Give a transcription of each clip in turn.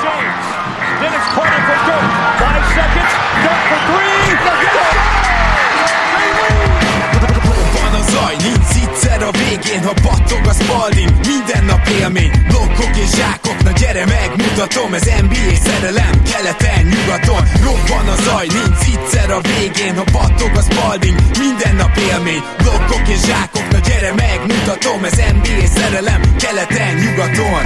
James. Dennis corner for Dirk. 5 seconds. Dirk for 3. Van a zaj, nincs egyszer a végén, ha battog a Spalding. Minden nap élmény, blokkok és zsákok. Na gyere megmutatom, ez NBA szerelem. Keleten, nyugaton, robban a zaj, nincs egyszer a végén, ha battog a Spalding. Minden nap élmény, blokkok és zsákok. Na gyere megmutatom, ez NBA szerelem. Keleten, nyugaton.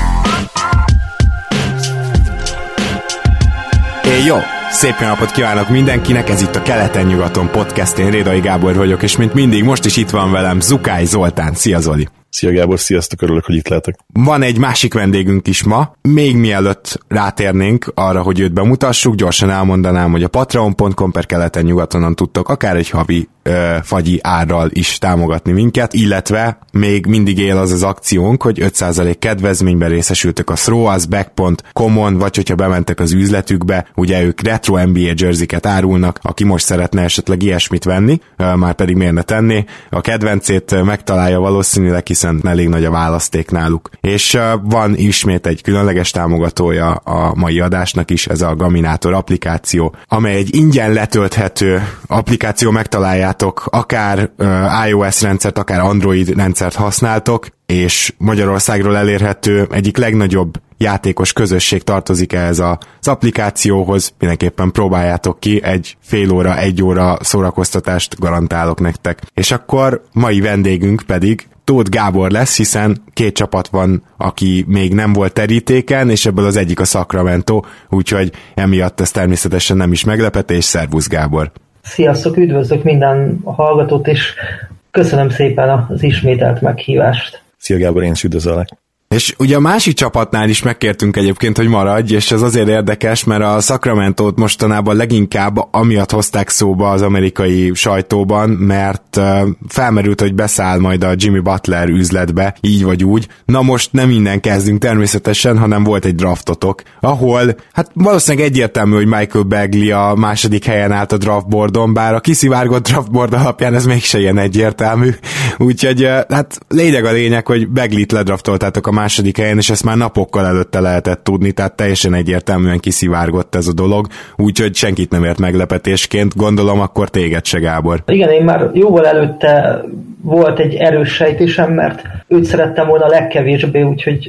Jó! Szép napot kívánok mindenkinek, ez itt a Keleten-nyugaton podcast, én Rédai Gábor vagyok, és mint mindig most is itt van velem Zukály Zoltán. Szia Zoli! Szia Gábor, sziasztok, örülök, hogy itt lehetek. Van egy másik vendégünk is ma, még mielőtt rátérnénk arra, hogy őt bemutassuk, gyorsan elmondanám, hogy a patreon.com/keleten-nyugatonon tudtok akár egy havi fagyi árral is támogatni minket, illetve még mindig él az akciónk, hogy 5% kedvezményben részesültök a throwusback.com-on, vagy hogyha bementek az üzletükbe, ugye ők retro NBA jerseyket árulnak, aki most szeretne esetleg ilyesmit venni, már pedig miért ne tenné, a kedvencét megtalálja valószínűleg, hiszen elég nagy a választék náluk. És van ismét egy különleges támogatója a mai adásnak is, ez a Gaminator applikáció, amely egy ingyen letölthető applikáció, megtaláljátok, akár iOS rendszert, akár Android rendszert használtok, és Magyarországról elérhető egyik legnagyobb játékos közösség tartozik ehhez az applikációhoz, mindenképpen próbáljátok ki, egy fél óra, 1 óra szórakoztatást garantálok nektek. És akkor mai vendégünk pedig Tóth Gábor lesz, hiszen 2 csapat van, aki még nem volt terítéken, és ebből az egyik a Sacramento, úgyhogy emiatt ez természetesen nem is meglepetés. Szervusz Gábor! Sziasztok, üdvözlök minden hallgatót, és köszönöm szépen az ismételt meghívást. Szia Gábor, én is üdvözöllek. És ugye a másik csapatnál is megkértünk egyébként, hogy maradj, és ez azért érdekes, mert a Sacramento-t mostanában leginkább amiatt hozták szóba az amerikai sajtóban, mert felmerült, hogy beszáll majd a Jimmy Butler üzletbe, így vagy úgy. Na most nem innen kezdünk természetesen, hanem volt egy draftotok, ahol hát valószínűleg egyértelmű, hogy Michael Bagley a második helyen állt a draftboardon, bár a kiszivárgott draftboard alapján ez mégse ilyen egyértelmű. Úgyhogy hát lényeg a lényeg, hogy Bagleyt ledraftoltátok a második helyen, és ezt már napokkal előtte lehetett tudni, tehát teljesen egyértelműen kiszivárgott ez a dolog, úgyhogy senkit nem ért meglepetésként, gondolom akkor téged se, Gábor. Igen, én már jóval előtte volt egy erős sejtésem, mert őt szerettem volna legkevésbé, úgyhogy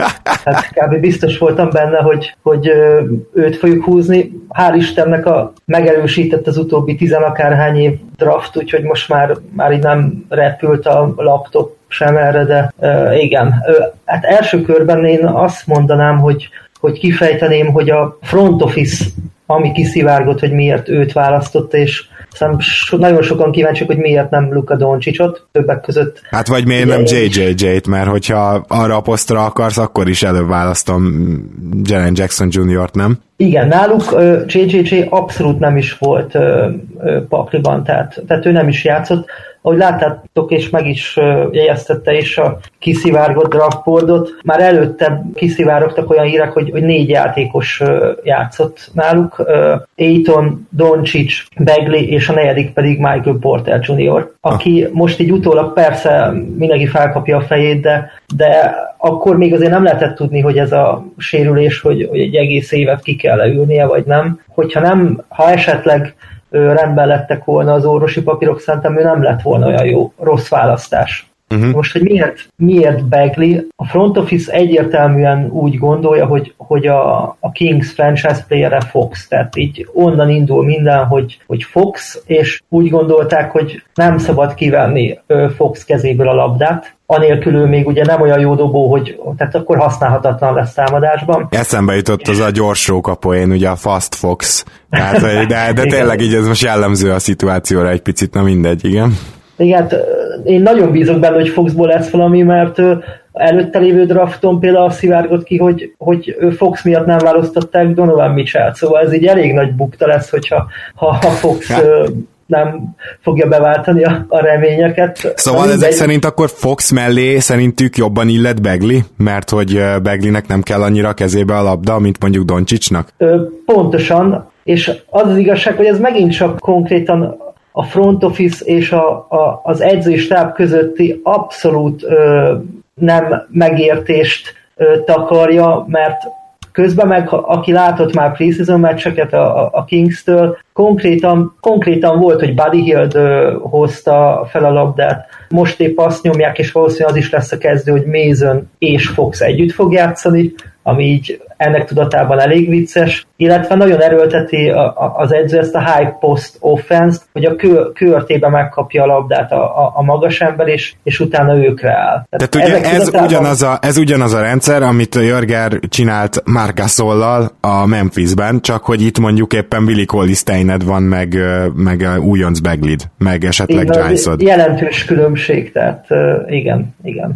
hát kb. Biztos voltam benne, hogy őt fogjuk húzni. Hál' Istennek megerősített az utóbbi 10 akárhány év draft, úgyhogy most már így nem repült a laptop sem erre, de igen. Hát első körben én azt mondanám, hogy kifejteném, hogy a front office, ami kiszivárgott, hogy miért őt választotta, és nagyon sokan kíváncsiak, hogy miért nem Luka Doncsicsot, többek között. Hát vagy miért nem JJJ-t, mert hogyha arra a posztra akarsz, akkor is előbb választom Jaren Jackson Jr.-t, nem? Igen, náluk JJJ abszolút nem is volt pakliban, tehát ő nem is játszott. Ahogy láttátok, és meg is jegyeztette is a kiszivárgott draftboardot, már előtte kiszivárogtak olyan hírek, hogy 4 játékos játszott náluk, Ayton, Doncic, Bagley, és a 4. pedig Michael Porter Jr., aki most így utólag persze mindenki felkapja a fejét, de akkor még azért nem lehetett tudni, hogy ez a sérülés, hogy egy egész évet ki kell leülnie, vagy nem. Ha esetleg rendben lettek volna az orvosi papírok, szerintem ő nem lett volna olyan rossz választás. Uh-huh. Most, hogy miért Bagley? A front office egyértelműen úgy gondolja, hogy a Kings franchise playere Fox, tehát így onnan indul minden, hogy Fox, és úgy gondolták, hogy nem szabad kivenni Fox kezéből a labdát, anélkül ő még ugye nem olyan jó dobó, tehát akkor használhatatlan lesz támadásban. Eszembe jutott az a gyors rókapoén, ugye a Fast Fox, tehát, de tényleg így ez most jellemző a szituációra egy picit, na mindegy, igen. Igen, én nagyon bízok benne, hogy Foxból lesz valami, mert előtte lévő drafton például szivárgott ki, hogy Fox miatt nem választották Donovan Mitchell-t, szóval ez így elég nagy bukta lesz, hogyha Fox nem fogja beváltani a reményeket. Szóval ezek szerint akkor Fox mellé szerintük jobban illet Bagley, mert hogy Bagleynek nem kell annyira a kezébe a labda, mint mondjuk Doncsicsnak? Pontosan, és az igazság, hogy ez megint csak konkrétan a front office és az edzőstáb közötti abszolút nem megértést takarja, mert közben meg, aki látott már preseason meccseket a Kings-től, konkrétan volt, hogy Buddy Hield hozta fel a labdát. Most épp azt nyomják, és valószínűleg az is lesz a kezdő, hogy Mason és Fox együtt fog játszani, ami így ennek tudatában elég vicces, illetve nagyon erőlteti az edző ezt a high post offense-t, hogy a körtében megkapja a labdát a magas ember, és utána őkre áll. Tehát ugye ez ugyanaz a rendszer, amit a Jörger csinált Marc Gasollal a Memphisben, csak hogy itt mondjuk éppen Willie Cauley-Steined van, meg újonc Bagley-d, meg esetleg Giles-od. Jelentős különbség, tehát igen.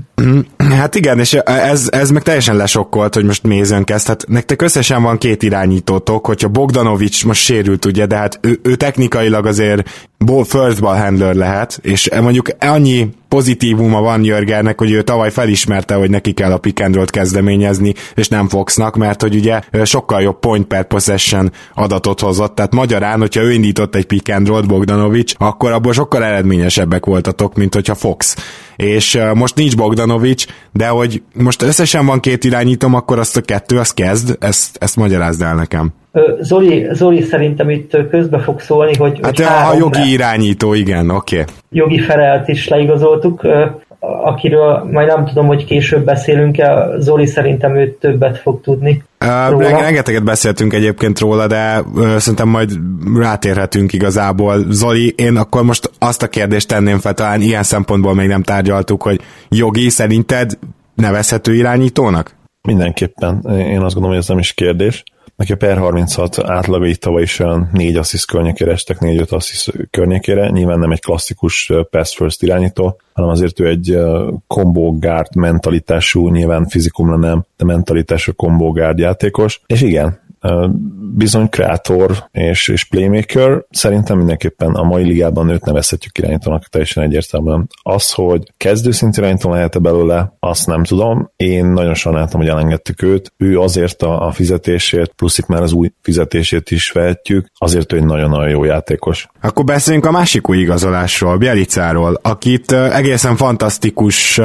Hát igen, és ez meg teljesen lesokkolt, hogy most Mason kezd. Hát nektek összesen van 2 irányítótok, hogyha Bogdanovics most sérült, ugye, de hát ő technikailag azért first ball handler lehet, és mondjuk annyi pozitívuma van Jörgernek, hogy ő tavaly felismerte, hogy neki kell a pick and roll-t kezdeményezni, és nem Foxnak, mert hogy ugye sokkal jobb point per possession adatot hozott, tehát magyarán, hogyha ő indított egy pick and roll-t Bogdanovics, akkor abból sokkal eredményesebbek voltatok, mint hogyha Fox. És most nincs Bogdanovics, de hogy most összesen van 2 irányítom, akkor azt a 2 az kezd, ezt magyarázd el nekem. Zoli szerintem itt közbe fog szólni, hogy... Hát a jogi irányító, igen, oké. Jogi Ferelt is leigazoltuk, akiről majd nem tudom, hogy később beszélünk-e, Zoli szerintem ő többet fog tudni. Rengeteget beszéltünk egyébként róla, de szerintem majd rátérhetünk igazából. Zoli, én akkor most azt a kérdést tenném fel, talán ilyen szempontból még nem tárgyaltuk, hogy jogi szerinted nevezhető irányítónak? Mindenképpen. Én azt gondolom, hogy ez nem is kérdés. Neki a per 36 átlagai tavaly is olyan 4 assziszt környékére estek, 4-5 assziszt környékére. Nyilván nem egy klasszikus pass first irányító, hanem azért ő egy combo guard mentalitású, nyilván fizikumra nem, de mentalitású combo guard játékos. És igen, bizony kreator és playmaker, szerintem mindenképpen a mai ligában őt nevezhetjük irányítónak teljesen egyértelműen. Az, hogy kezdőszintű irányító lehet-e belőle, azt nem tudom. Én nagyon sajnáltam, hogy elengedtük őt. Ő azért a fizetésért, plusz itt már az új fizetését is vehetjük, azért ő egy nagyon-nagyon jó játékos. Akkor beszéljünk a másik új igazolásról, Bjelicáról, akit egészen fantasztikus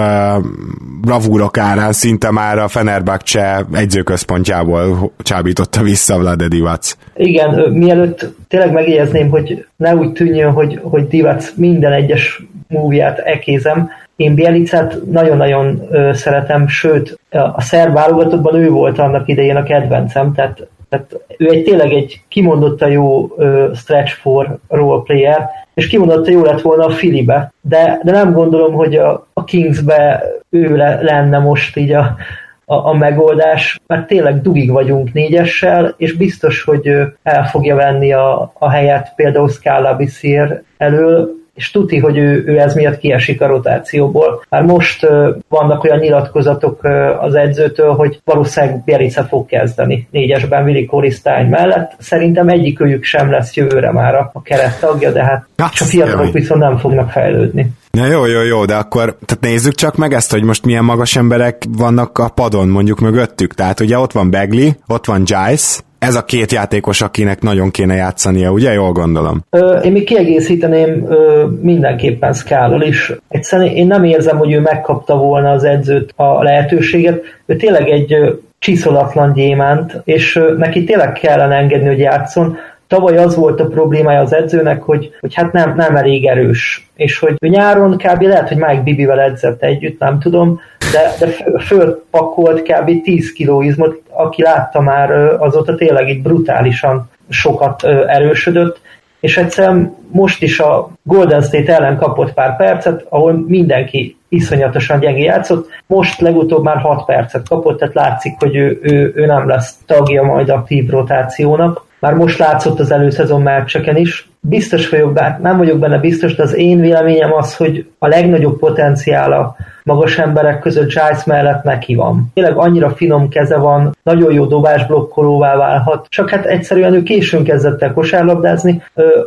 bravúrok árán szinte már a Fenerbahce egyzőközpontjából csábította vissza Vlade Divac. Igen, mielőtt tényleg megjegyezném, hogy ne úgy tűnjön, hogy Divac minden egyes múvját ekézem. Én Bjelicát nagyon-nagyon szeretem, sőt, a szerb válogatottban ő volt annak idején a kedvencem, tehát ő tényleg egy kimondottan jó stretch for role player, és kimondottan jó lett volna a Phillybe, de nem gondolom, hogy a Kingsbe ő lenne most így a megoldás, mert tényleg dugig vagyunk 4-essel, és biztos, hogy el fogja venni a helyet például Scala Bissier elől, és tuti, hogy ő ez miatt kiesik a rotációból. Már most vannak olyan nyilatkozatok az edzőtől, hogy valószínűleg Bjelica fog kezdeni 4-esben Willie Cauley-Stein mellett. Szerintem egyikőjük sem lesz jövőre már a kerettagja, de hát a fiatalok viszont nem fognak fejlődni. Ja, jó, de akkor tehát nézzük csak meg ezt, hogy most milyen magas emberek vannak a padon mondjuk mögöttük. Tehát ugye ott van Bagley, ott van Giles, ez a 2 játékos, akinek nagyon kéne játszania, ugye? Jól gondolom. Én még kiegészíteném mindenképpen Scala-l is. Egyszerűen én nem érzem, hogy ő megkapta volna az edzőt a lehetőséget. Ő tényleg egy csiszolatlan gyémánt, és neki tényleg kellene engedni, hogy játszon. Tavaly az volt a problémája az edzőnek, hogy hát nem elég erős, és hogy nyáron kb. Lehet, hogy Mike Bibbyvel edzett együtt, nem tudom, de fölpakolt kb. 10 kiló izmot, aki látta már azóta tényleg itt brutálisan sokat erősödött, és egyszerűen most is a Golden State ellen kapott pár percet, ahol mindenki iszonyatosan gyenge játszott, most legutóbb már 6 percet kapott, tehát látszik, hogy ő nem lesz tagja majd aktív rotációnak. Már most látszott az előszezon meccseken is. Biztos vagyok, nem vagyok benne biztos, de az én véleményem az, hogy a legnagyobb potenciál a magas emberek között Giles mellett neki van. Tényleg annyira finom keze van, nagyon jó dobásblokkolóvá válhat, csak hát egyszerűen ő későn kezdett el kosárlabdázni,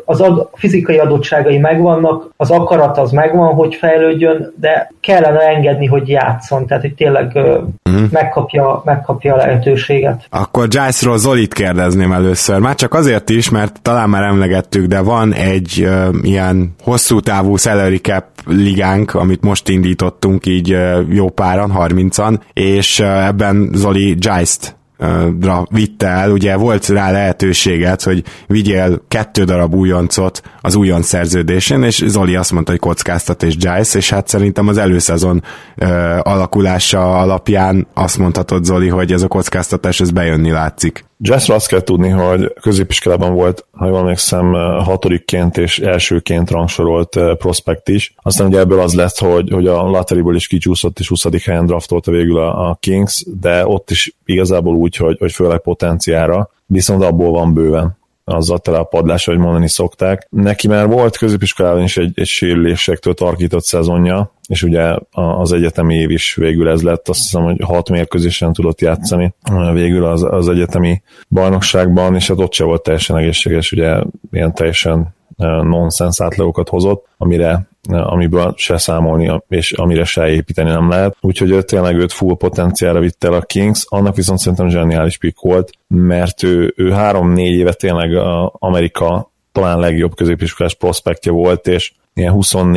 fizikai adottságai megvannak, az akarat az megvan, hogy fejlődjön, de kellene engedni, hogy játszon, tehát hogy tényleg megkapja a lehetőséget. Akkor Gilesról Zolit kérdezném először, már csak azért is, mert talán már emlegettük, de van egy ilyen hosszú távú salary cap ligánk, amit most indítottunk így jó páran, 30-an, és ebben Zoli Giles-t vitte el, ugye volt rá lehetőséget, hogy vigyél 2 darab újoncot az újonc szerződésén, és Zoli azt mondta, hogy kockáztat és Giles, és hát szerintem az előszezon alakulása alapján azt mondhatod, Zoli, hogy ez a kockáztatás ez bejönni látszik. Giles-ről azt kell tudni, hogy középiskolában volt, ha jól emlékszem, 6-ként és elsőként rangsorolt prospekt is. Aztán ugye ebből az lett, hogy a lotteryból is kicsúszott, és 20. helyen draftolta végül a Kings, de ott is igazából úgy, hogy főleg potenciára, viszont abból van bőven. Azzal tele a padlás, hogy mondani szokták. Neki már volt középiskolában is egy sérülésektől tarkított szezonja, és ugye az egyetemi év is végül ez lett, azt hiszem, hogy 6 mérkőzésen tudott játszani végül az egyetemi bajnokságban, és hát ott se volt teljesen egészséges, ugye ilyen teljesen nonsens átlagokat hozott, amiből se számolni, és amire se építeni nem lehet. Úgyhogy tényleg őt full potenciálra vitt el a Kings, annak viszont szerintem zseniális pick volt, mert ő 3-4 éve tényleg Amerika talán legjobb középiskolás prospektje volt, és ilyen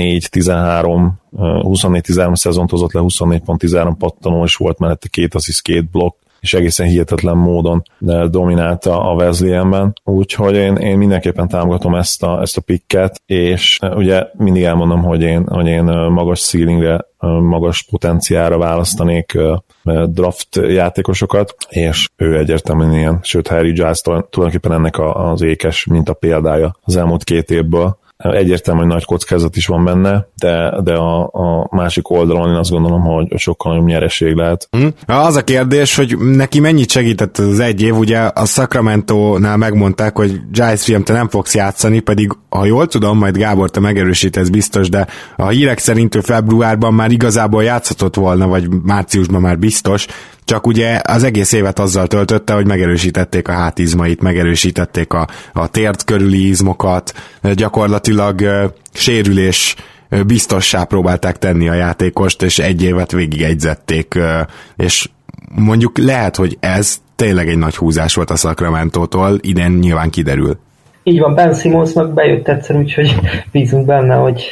24-13 szezont hozott le, 24.13 pattanó, és volt mellette 2 assziszt, 2 blokk, és egészen hihetetlen módon dominálta a Wesleyanben, úgyhogy én mindenképpen támogatom ezt a picket, és ugye mindig elmondom, hogy én magas ceilingre, magas potenciálra választanék draft játékosokat, és ő egyértelműen ilyen, sőt Harry Giles tulajdonképpen ennek az ékes minta példája az elmúlt 2 évből. Egyértelmű, hogy nagy kockázat is van benne, de a másik oldalon én azt gondolom, hogy sokkal nagyobb nyereség lehet. Az a kérdés, hogy neki mennyit segített az egy év, ugye a Sacramento-nál megmondták, hogy Giles fiam, te nem fogsz játszani, pedig ha jól tudom, majd Gábor, te megerősítesz biztos, de a hírek szerint ő februárban már igazából játszhatott volna, vagy márciusban már biztos, csak ugye az egész évet azzal töltötte, hogy megerősítették a hátizmait, megerősítették a tért körüli izmokat, gyakorlatilag sérülés biztossá próbálták tenni a játékost, és egy évet végig egyzették, és mondjuk lehet, hogy ez tényleg egy nagy húzás volt a Sacramento-tól, idén nyilván kiderül. Így van, Ben Simmons meg bejött egyszer, úgyhogy bízunk benne, hogy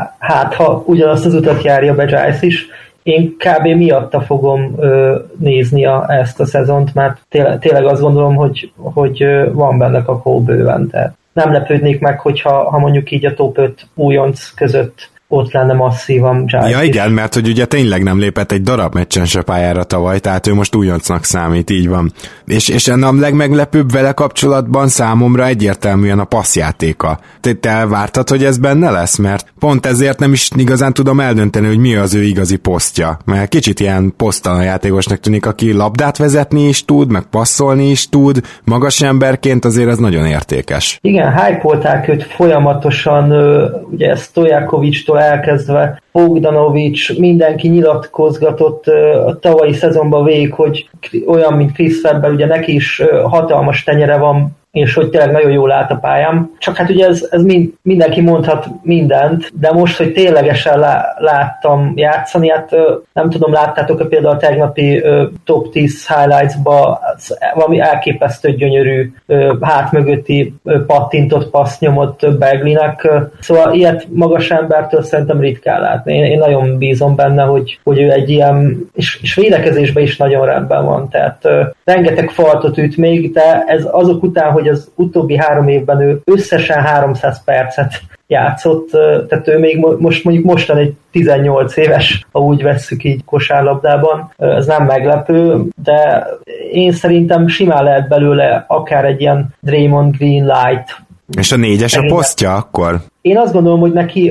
ha ugyanazt az utat járja be Giles is. Én kb. Miatta fogom nézni ezt a szezont, mert tényleg azt gondolom, hogy van benne kakó bőven, tehát nem lepődnék meg, hogyha mondjuk így a top 5 újonc között ott lenne masszívan Giles. Ja igen, mert hogy ugye tényleg nem lépett egy darab meccsen se pályára tavaly, tehát ő most újoncnak számít, így van. És a legmeglepőbb vele kapcsolatban számomra egyértelműen a passzjátéka. Te vártad, hogy ez benne lesz? Mert pont ezért nem is igazán tudom eldönteni, hogy mi az ő igazi posztja. Mert kicsit ilyen posztalan játékosnak tűnik, aki labdát vezetni is tud, meg passzolni is tud, magas emberként azért ez nagyon értékes. Igen, hype-olták őt folyamatosan, ugye Stojakovicstól elkezdve Bogdanovics, mindenki nyilatkozgatott a tavalyi szezonban végig, hogy olyan, mint Chris Webber, ugye neki is hatalmas tenyere van, és hogy tényleg nagyon jól állt a pályán. Csak hát ugye ez mindenki mondhat mindent, de most, hogy ténylegesen láttam játszani, hát nem tudom, láttátok-e például a tegnapi top 10 highlights-ba valami elképesztő gyönyörű hátmögötti pattintott paszt nyomott Bagleynek. Szóval ilyet magas embertől szerintem ritkán látni. Én nagyon bízom benne, hogy ő egy ilyen, és védekezésben is nagyon rendben van. Tehát rengeteg faltot üt még, de ez azok után, hogy az utóbbi 3 évben ő összesen 300 percet játszott, tehát ő még most mondjuk mostan egy 18 éves, ha úgy vesszük így kosárlabdában. Ez nem meglepő, de én szerintem simán lehet belőle akár egy ilyen Draymond Green light. És a 4-es a posztja akkor? Én azt gondolom, hogy neki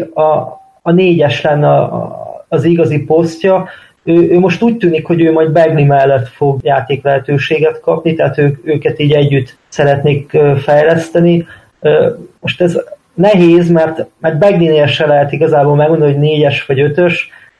a 4-es lenne az igazi posztja. Ő most úgy tűnik, hogy ő majd Bagley mellett fog játék lehetőséget kapni, tehát őket így együtt szeretnék fejleszteni. Most ez nehéz, mert Bagleynél se lehet igazából megmondani, hogy 4-es vagy 5-ös.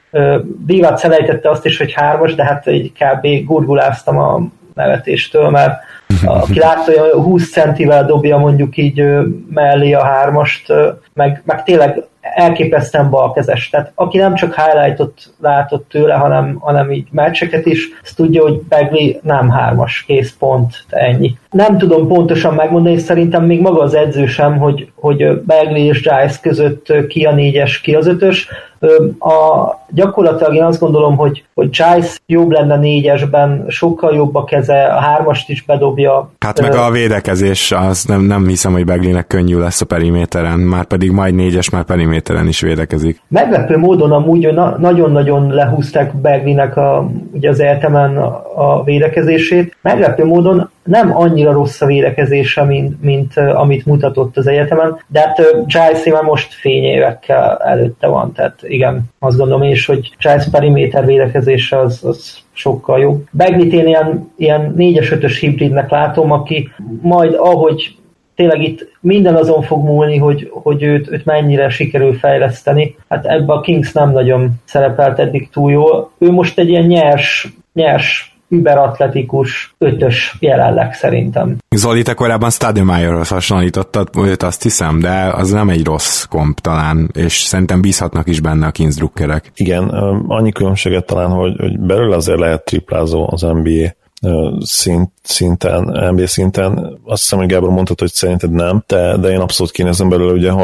Divac selejtette azt is, hogy 3-as, de hát egy kb. Gurguláztam a nevetéstől, mert aki látta, hogy 20 centivel dobja mondjuk így mellé a 3-ast, meg tényleg elképesztően balkezes. Tehát aki nem csak highlightot látott tőle, hanem így meccseket is, azt tudja, hogy Bagley nem 3-as, kész pont, ennyi. Nem tudom pontosan megmondani, és szerintem még maga az edző sem, hogy Bagley és Giles között ki a 4-es, ki az 5-ös. Gyakorlatilag én azt gondolom, hogy Giles jobb lenne 4-esben, sokkal jobb a keze, a 3-ast is bedobja. Hát meg a védekezés, az nem hiszem, hogy Bagleynek könnyű lesz a periméteren, már pedig majd 4-es, már periméteren is védekezik. Meglepő módon amúgy nagyon-nagyon lehúzták Bagleynek ugye az egyetemen a védekezését. Meglepő módon nem annyira rossz a védekezése, mint amit mutatott az egyetemen, de hát Giles már most fényévekkel előtte van, tehát igen, azt gondolom is, hogy Giles periméter védekezése az sokkal jobb. Bagleyt én ilyen 4-es, 5-ös hibridnek látom, aki majd ahogy tényleg itt minden azon fog múlni, hogy őt mennyire sikerül fejleszteni. Hát ebben a Kings nem nagyon szerepelt eddig túl jól. Ő most egy ilyen nyers überatletikus 5-ös jelenleg szerintem. Zoli, te korábban Stoudemirehoz hasonlítottad őt, azt hiszem, de az nem egy rossz komp talán, és szerintem bízhatnak is benne a Kings drukkerek. Igen, annyi különbséget talán, hogy belőle azért lehet triplázó az NBA NBA szinten. Azt hiszem, hogy Gábor mondtad, hogy szerinted nem, de én abszolút kinézem belőle, ugye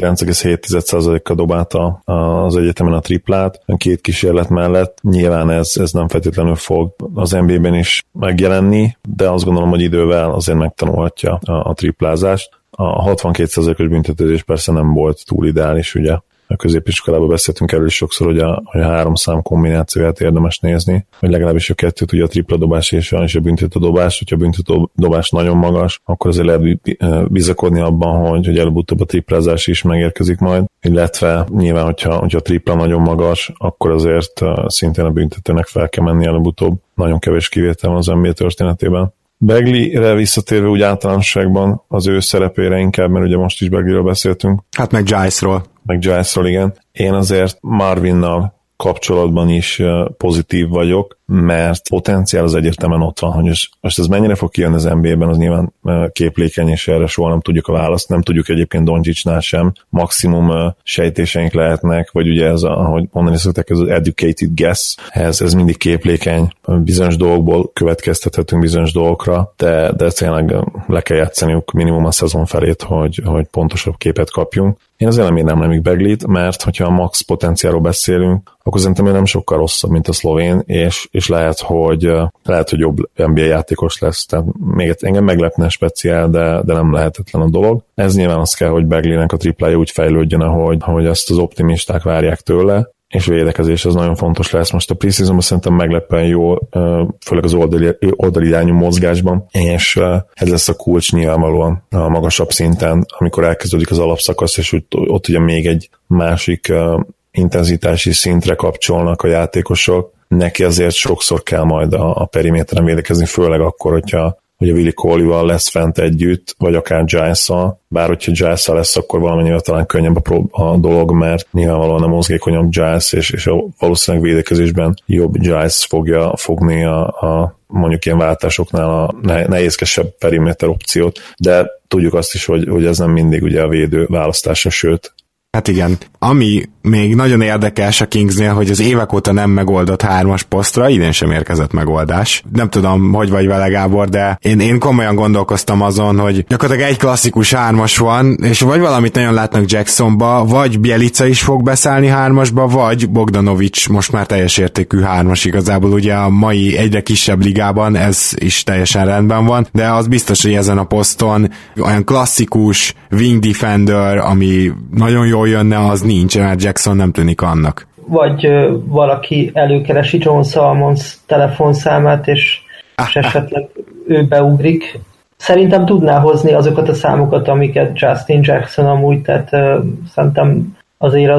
39,7%-kal dobálta az egyetemen a triplát, 2 kísérlet mellett. Nyilván ez nem feltétlenül fog az NBA-ben is megjelenni, de azt gondolom, hogy idővel azért megtanulhatja a triplázást. A 62%-os büntetőzés persze nem volt túl ideális, ugye. A középiskolában beszéltünk erről is sokszor, hogy a 3 szám kombinációját érdemes nézni, hogy legalábbis a 2, ugye a tripla dobás és a büntető dobás, hogyha a büntető dobás nagyon magas, akkor azért lehet bizakodni abban, hogy előbb-utóbb a triplázás is megérkezik majd, illetve nyilván, hogyha a tripla nagyon magas, akkor azért szintén a büntetőnek fel kell menni előbb-utóbb. Nagyon kevés kivétel van az NBA történetében. Bagley-re visszatérve úgy általánosságban az ő szerepére inkább, mert ugye most is Bagleyről beszéltünk. Hát meg Gilesról. Igen. Én azért Marvinnal kapcsolatban is pozitív vagyok, mert potenciál az egyértelműen ott van, hogy most ez mennyire fog kijönni az NBA-ben, az nyilván képlékeny, és erre soha nem tudjuk a választ, nem tudjuk egyébként Doncsicsnál sem, maximum sejtéseink lehetnek, vagy ugye ez, ahogy mondani szokták, ez az educated guess, ez mindig képlékeny, bizonyos dolgokból következtethetünk bizonyos dolgokra, de tényleg le kell játszaniuk minimum a szezon felét, hogy pontosabb képet kapjunk. Én azért nem írnám Lemig Bagleyt, mert hogyha a max potenciálról beszélünk, akkor szerintem ő nem sokkal rosszabb, mint a szlovén, és lehet, hogy jobb NBA játékos lesz. Tehát még engem meglepne speciál, de nem lehetetlen a dolog. Ez nyilván az kell, hogy Bagleynek a triplája úgy fejlődjön, ahogy ezt az optimisták várják tőle, és védekezés az nagyon fontos lesz. Most a preseasonban szerintem meglepően jó, főleg az oldalirányú mozgásban, és ez lesz a kulcs nyilvánvalóan a magasabb szinten, amikor elkezdődik az alapszakasz, és ott ugye még egy másik intenzitási szintre kapcsolnak a játékosok. Neki azért sokszor kell majd a periméteren védekezni, főleg akkor, hogyha a Willie Cauley-val lesz fent együtt, vagy akár Giles-szal, bár hogyha Giles-szal lesz, akkor valamennyivel talán könnyebb a dolog, mert nyilvánvalóan a mozgékonyabb Giles, és valószínűleg védekezésben jobb Giles fogja fogni a mondjuk ilyen váltásoknál a nehézkesebb periméter opciót, de tudjuk azt is, hogy ez nem mindig ugye a védő választása, sőt. Hát igen. Ami még nagyon érdekes a Kingsnél, hogy az évek óta nem megoldott 3-as posztra, idén sem érkezett megoldás. Nem tudom, hogy vagy vele, Gábor, de én komolyan gondolkoztam azon, hogy gyakorlatilag egy klasszikus 3-as van, és vagy valamit nagyon látnak Jacksonba, vagy Bjelica is fog beszállni 3-asba, vagy Bogdanovics most már teljes értékű 3-as igazából. Ugye a mai egyre kisebb ligában ez is teljesen rendben van, de az biztos, hogy ezen a poszton olyan klasszikus wing defender, ami nagyon jól jönne, az nincs, mert Jackson nem tűnik annak. Vagy valaki előkeresi John Salmons telefonszámát, és esetleg ő beugrik. Szerintem tudná hozni azokat a számokat, amiket Justin Jackson amúgy, tehát szerintem azért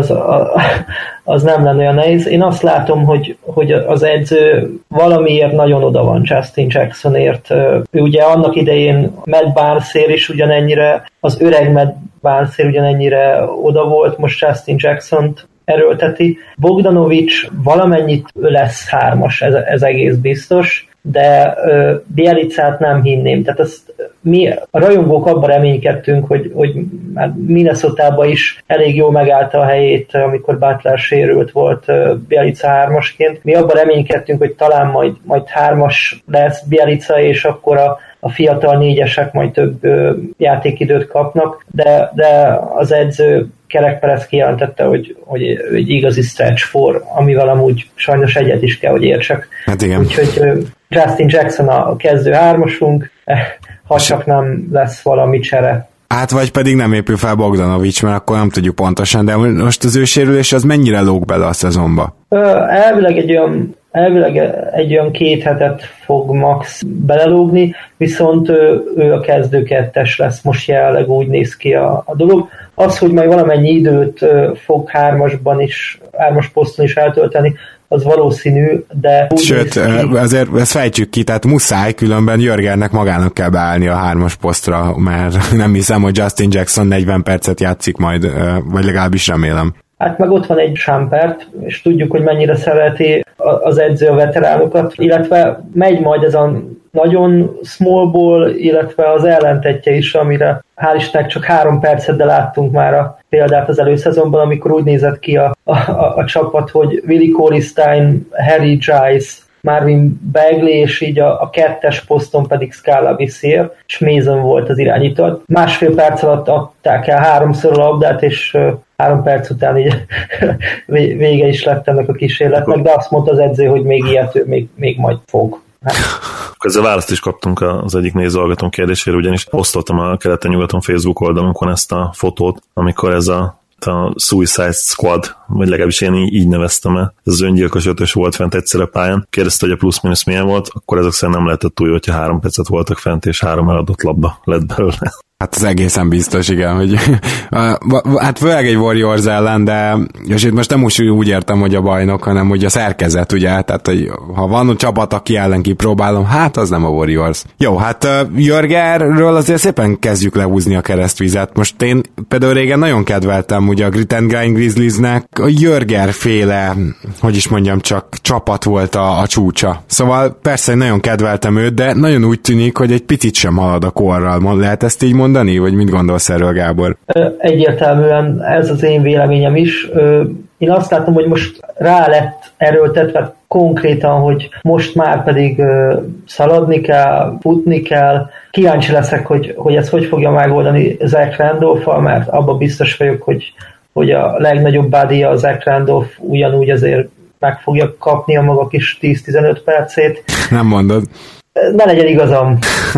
az nem lenne olyan nehéz. Én azt látom, hogy az edző valamiért nagyon oda van Justin Jacksonért. Ő ugye annak idején Matt Barnesért is ugyanennyire, az öreg Matt Barnesért ugyanennyire oda volt, most Justin Jackson-t erőlteti. Bogdanovics valamennyit lesz 3-as, ez egész biztos. de Bjelicát nem hinném. Tehát azt mi a rajongók abban reménykedtünk, hogy már Minnesotában is elég jól megállta a helyét, amikor Butler sérült volt Bjelica 3-asként. Mi abban reménykedtünk, hogy talán majd 3-as lesz Bjelica, és akkor a fiatal 4-esek majd több játékidőt kapnak, de az edző Kerek Perez kijelentette, hogy egy igazi stretch for, amivel amúgy sajnos egyet is kell, hogy értsek. Hát igen. Úgyhogy Justin Jackson a kezdő 3-asunk, ha csak nem lesz valami csere. Hát vagy pedig nem épül fel Bogdanovics, mert akkor nem tudjuk pontosan, de most az ő sérülés az mennyire lóg bele a szezonba? Elvileg egy olyan 2 hetet fog max belelógni, viszont ő a kezdő 2-es lesz, most jelenleg úgy néz ki a dolog. Az, hogy majd valamennyi időt fog 3-as poszton is eltölteni, az valószínű, de... Sőt, azért ezt fejtsük ki, tehát muszáj, különben Jörgernek magának kell beállni a 3-as posztra, mert nem hiszem, hogy Justin Jackson 40 percet játszik majd, vagy legalábbis remélem. Hát meg ott van egy Shumpert, és tudjuk, hogy mennyire szereti az edző a veteránokat, illetve megy majd ez a nagyon small ball, illetve az ellentetje is, amire hál' Istennek csak 3 percet, de láttunk már a példát az előszezonban, amikor úgy nézett ki a csapat, hogy Willie Cauley-Stein, Harry Giles, Marvin Bagley, és így a 2-es poszton pedig Scala Visier, és Mason volt az irányító. 1,5 perc alatt adták el 3-szor a labdát, és 3 perc után így vége is lett ennek a kísérletnek, de azt mondta az edző, hogy még ilyet még majd fog. Ezzel választ is kaptunk az egyik nézőhallgatón kérdésére, ugyanis osztottam a Keleten-nyugaton Facebook oldalunkon ezt a fotót, amikor ez a Suicide Squad, vagy legalábbis én így neveztem el, ez az öngyilkos 5-ös volt fent egyszer a pályán, kérdezte, hogy a plusz-minusz milyen volt, akkor ezek szerint nem lehetett túl, hogyha 3 percet voltak fent, és 3 eladott labda lett belőle. Hát az egészen biztos, igen, hogy hát főleg egy Warriors ellen, de és itt most nem úgy értem, hogy a bajnok, hanem hogy a szerkezet, ugye, tehát hogy ha van a csapat, aki ellen kipróbálom, hát az nem a Warriors. Jó, hát Jörgerről azért szépen kezdjük lehúzni a keresztvizet. Most én például régen nagyon kedveltem ugye a Grit and Grind Grizzliesnek, a Jörger féle, hogy is mondjam, csak csapat volt a csúcsa. Szóval persze nagyon kedveltem őt, de nagyon úgy tűnik, hogy egy picit sem halad a korral. Lehet ezt így mondani, vagy mit gondolsz erről, Gábor? Egyértelműen ez az én véleményem is. Én azt látom, hogy most rá lett erőltetve konkrétan, hogy most már pedig szaladni kell, futni kell. Kíváncsi leszek, hogy ezt hogy fogja megoldani Zach Randolph-val, mert abban biztos vagyok, hogy a legnagyobb body a Zach Randolph ugyanúgy azért meg fogja kapni a maga kis 10-15 percét. Nem mondod. Ne legyen igazam.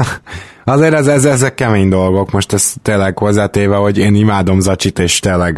Azért ezek kemény dolgok, most ez tényleg hozzátéve, hogy én imádom Zacsit, és tényleg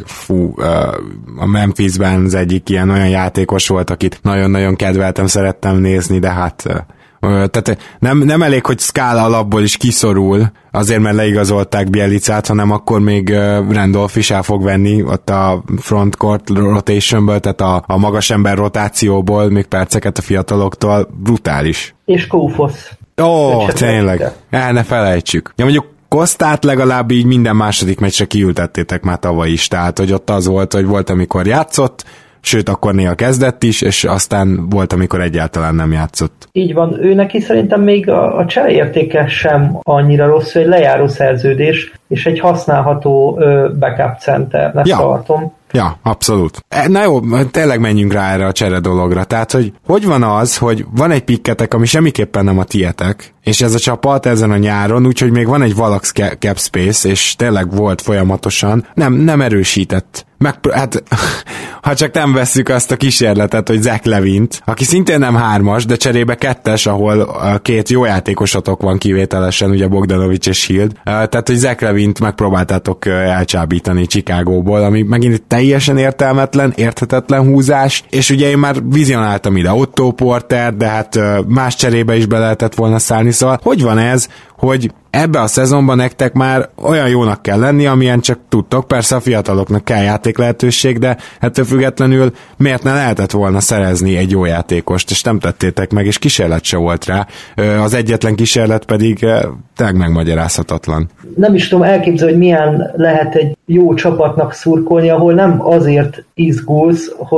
a Memphisben az egyik ilyen olyan játékos volt, akit nagyon-nagyon kedveltem, szerettem nézni, de hát tehát nem elég, hogy Scala alapból is kiszorul, azért mert leigazolták Bjelicát, hanem akkor még Randolph is el fog venni ott a frontcourt rotationből, tehát a magas ember rotációból még perceket a fiataloktól, brutális. És Kófosz. Ó, tényleg. Ne felejtsük. Ja, mondjuk Kostát legalább így minden második meccsre kiültettétek már tavaly is, tehát hogy ott az volt, hogy volt, amikor játszott, sőt, akkor néha kezdett is, és aztán volt, amikor egyáltalán nem játszott. Így van, ő neki szerintem még a csereértéke sem annyira rossz, hogy lejáró szerződés, és egy használható backup centernek tartom. Ja, abszolút. Na jó, tényleg menjünk rá erre a csere dologra. Tehát, hogy van az, hogy van egy pikketek, ami semmiképpen nem a tietek, és ez a csapat ezen a nyáron, úgyhogy még van egy valax cap space, és tényleg volt folyamatosan, nem erősített. Hát, ha csak nem vesszük azt a kísérletet, hogy Zach Levint, aki szintén nem 3-as, de cserébe 2-es, ahol 2 jó játékosatok van kivételesen, ugye Bogdanovics és Hield. Tehát, hogy Zach Levint megpróbáltátok elcsábítani Chicagóból, ami megint teljesen értelmetlen, érthetetlen húzás, és ugye én már vizionáltam ide Otto Porter, de hát más cserébe is be lehetett volna szállni, szóval hogy van ez, hogy ebbe a szezonban nektek már olyan jónak kell lenni, amilyen csak tudtok, persze a fiataloknak kell játék lehetőség, de ettől függetlenül miért ne lehetett volna szerezni egy jó játékost, és nem tettétek meg, és kísérlet se volt rá. Az egyetlen kísérlet pedig tényleg megmagyarázhatatlan. Nem is tudom elképzelni, hogy milyen lehet egy jó csapatnak szurkolni, ahol nem azért izgulsz, hogy